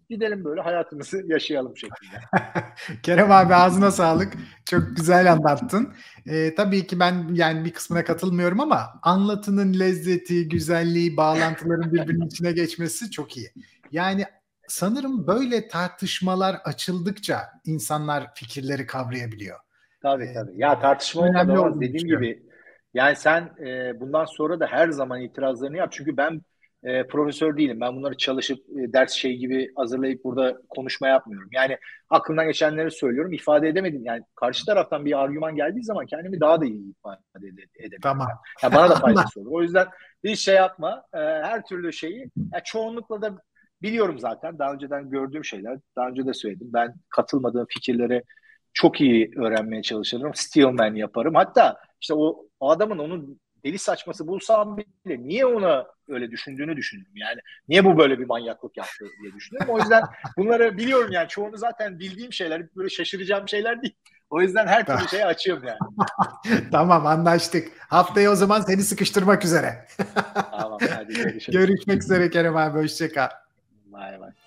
B: Gidelim böyle hayatımızı yaşayalım şeklinde.
A: Kerem abi ağzına sağlık. Çok güzel anlattın. Ee, tabii ki ben yani bir kısmına katılmıyorum ama anlatının lezzeti, güzelliği, bağlantıların birbirinin içine geçmesi çok iyi. Yani sanırım böyle tartışmalar açıldıkça insanlar fikirleri kavrayabiliyor.
B: Tabii
A: Ee,
B: tabii. Ya tartışma olmadan
A: önemli
B: olmaz.
A: olduğunu
B: Dediğim
A: düşünüyorum.
B: gibi yani sen e, bundan sonra da her zaman itirazlarını yap. Çünkü ben e, profesör değilim. Ben bunları çalışıp e, ders şey gibi hazırlayıp burada konuşma yapmıyorum. Yani aklımdan geçenleri söylüyorum. İfade edemedim. Yani karşı taraftan bir argüman geldiği zaman kendimi daha da iyi ifade ede- edebiliyorum
A: Tamam.
B: ben. Ya bana da
A: Anla-
B: faydası olur. O yüzden hiç şey yapma. E, her türlü şeyi ya çoğunlukla da biliyorum zaten. Daha önceden gördüğüm şeyler. Daha önce de söyledim. Ben katılmadığım fikirlere çok iyi öğrenmeye çalışırım. Steelman yaparım. Hatta işte o, o adamın onun deli saçması bulsam bile niye ona öyle düşündüğünü düşünürüm. Yani niye bu böyle bir manyaklık yaptı diye düşünüyorum. O yüzden bunları biliyorum yani. Çoğunu zaten bildiğim şeyler. Böyle şaşıracağım şeyler değil. O yüzden her türlü şeye açığım yani.
A: Tamam, anlaştık. Haftaya o zaman seni sıkıştırmak üzere.
B: Tamam, hadi görüşürüz.
A: Görüşmek üzere Kerem abi. Hoşça kal.
B: Bay bay.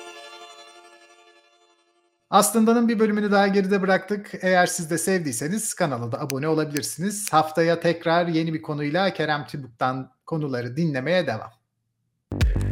A: Aslında'nın bir bölümünü daha geride bıraktık. Eğer siz de sevdiyseniz kanala da abone olabilirsiniz. Haftaya tekrar yeni bir konuyla Kerem Tibuk'tan konuları dinlemeye devam.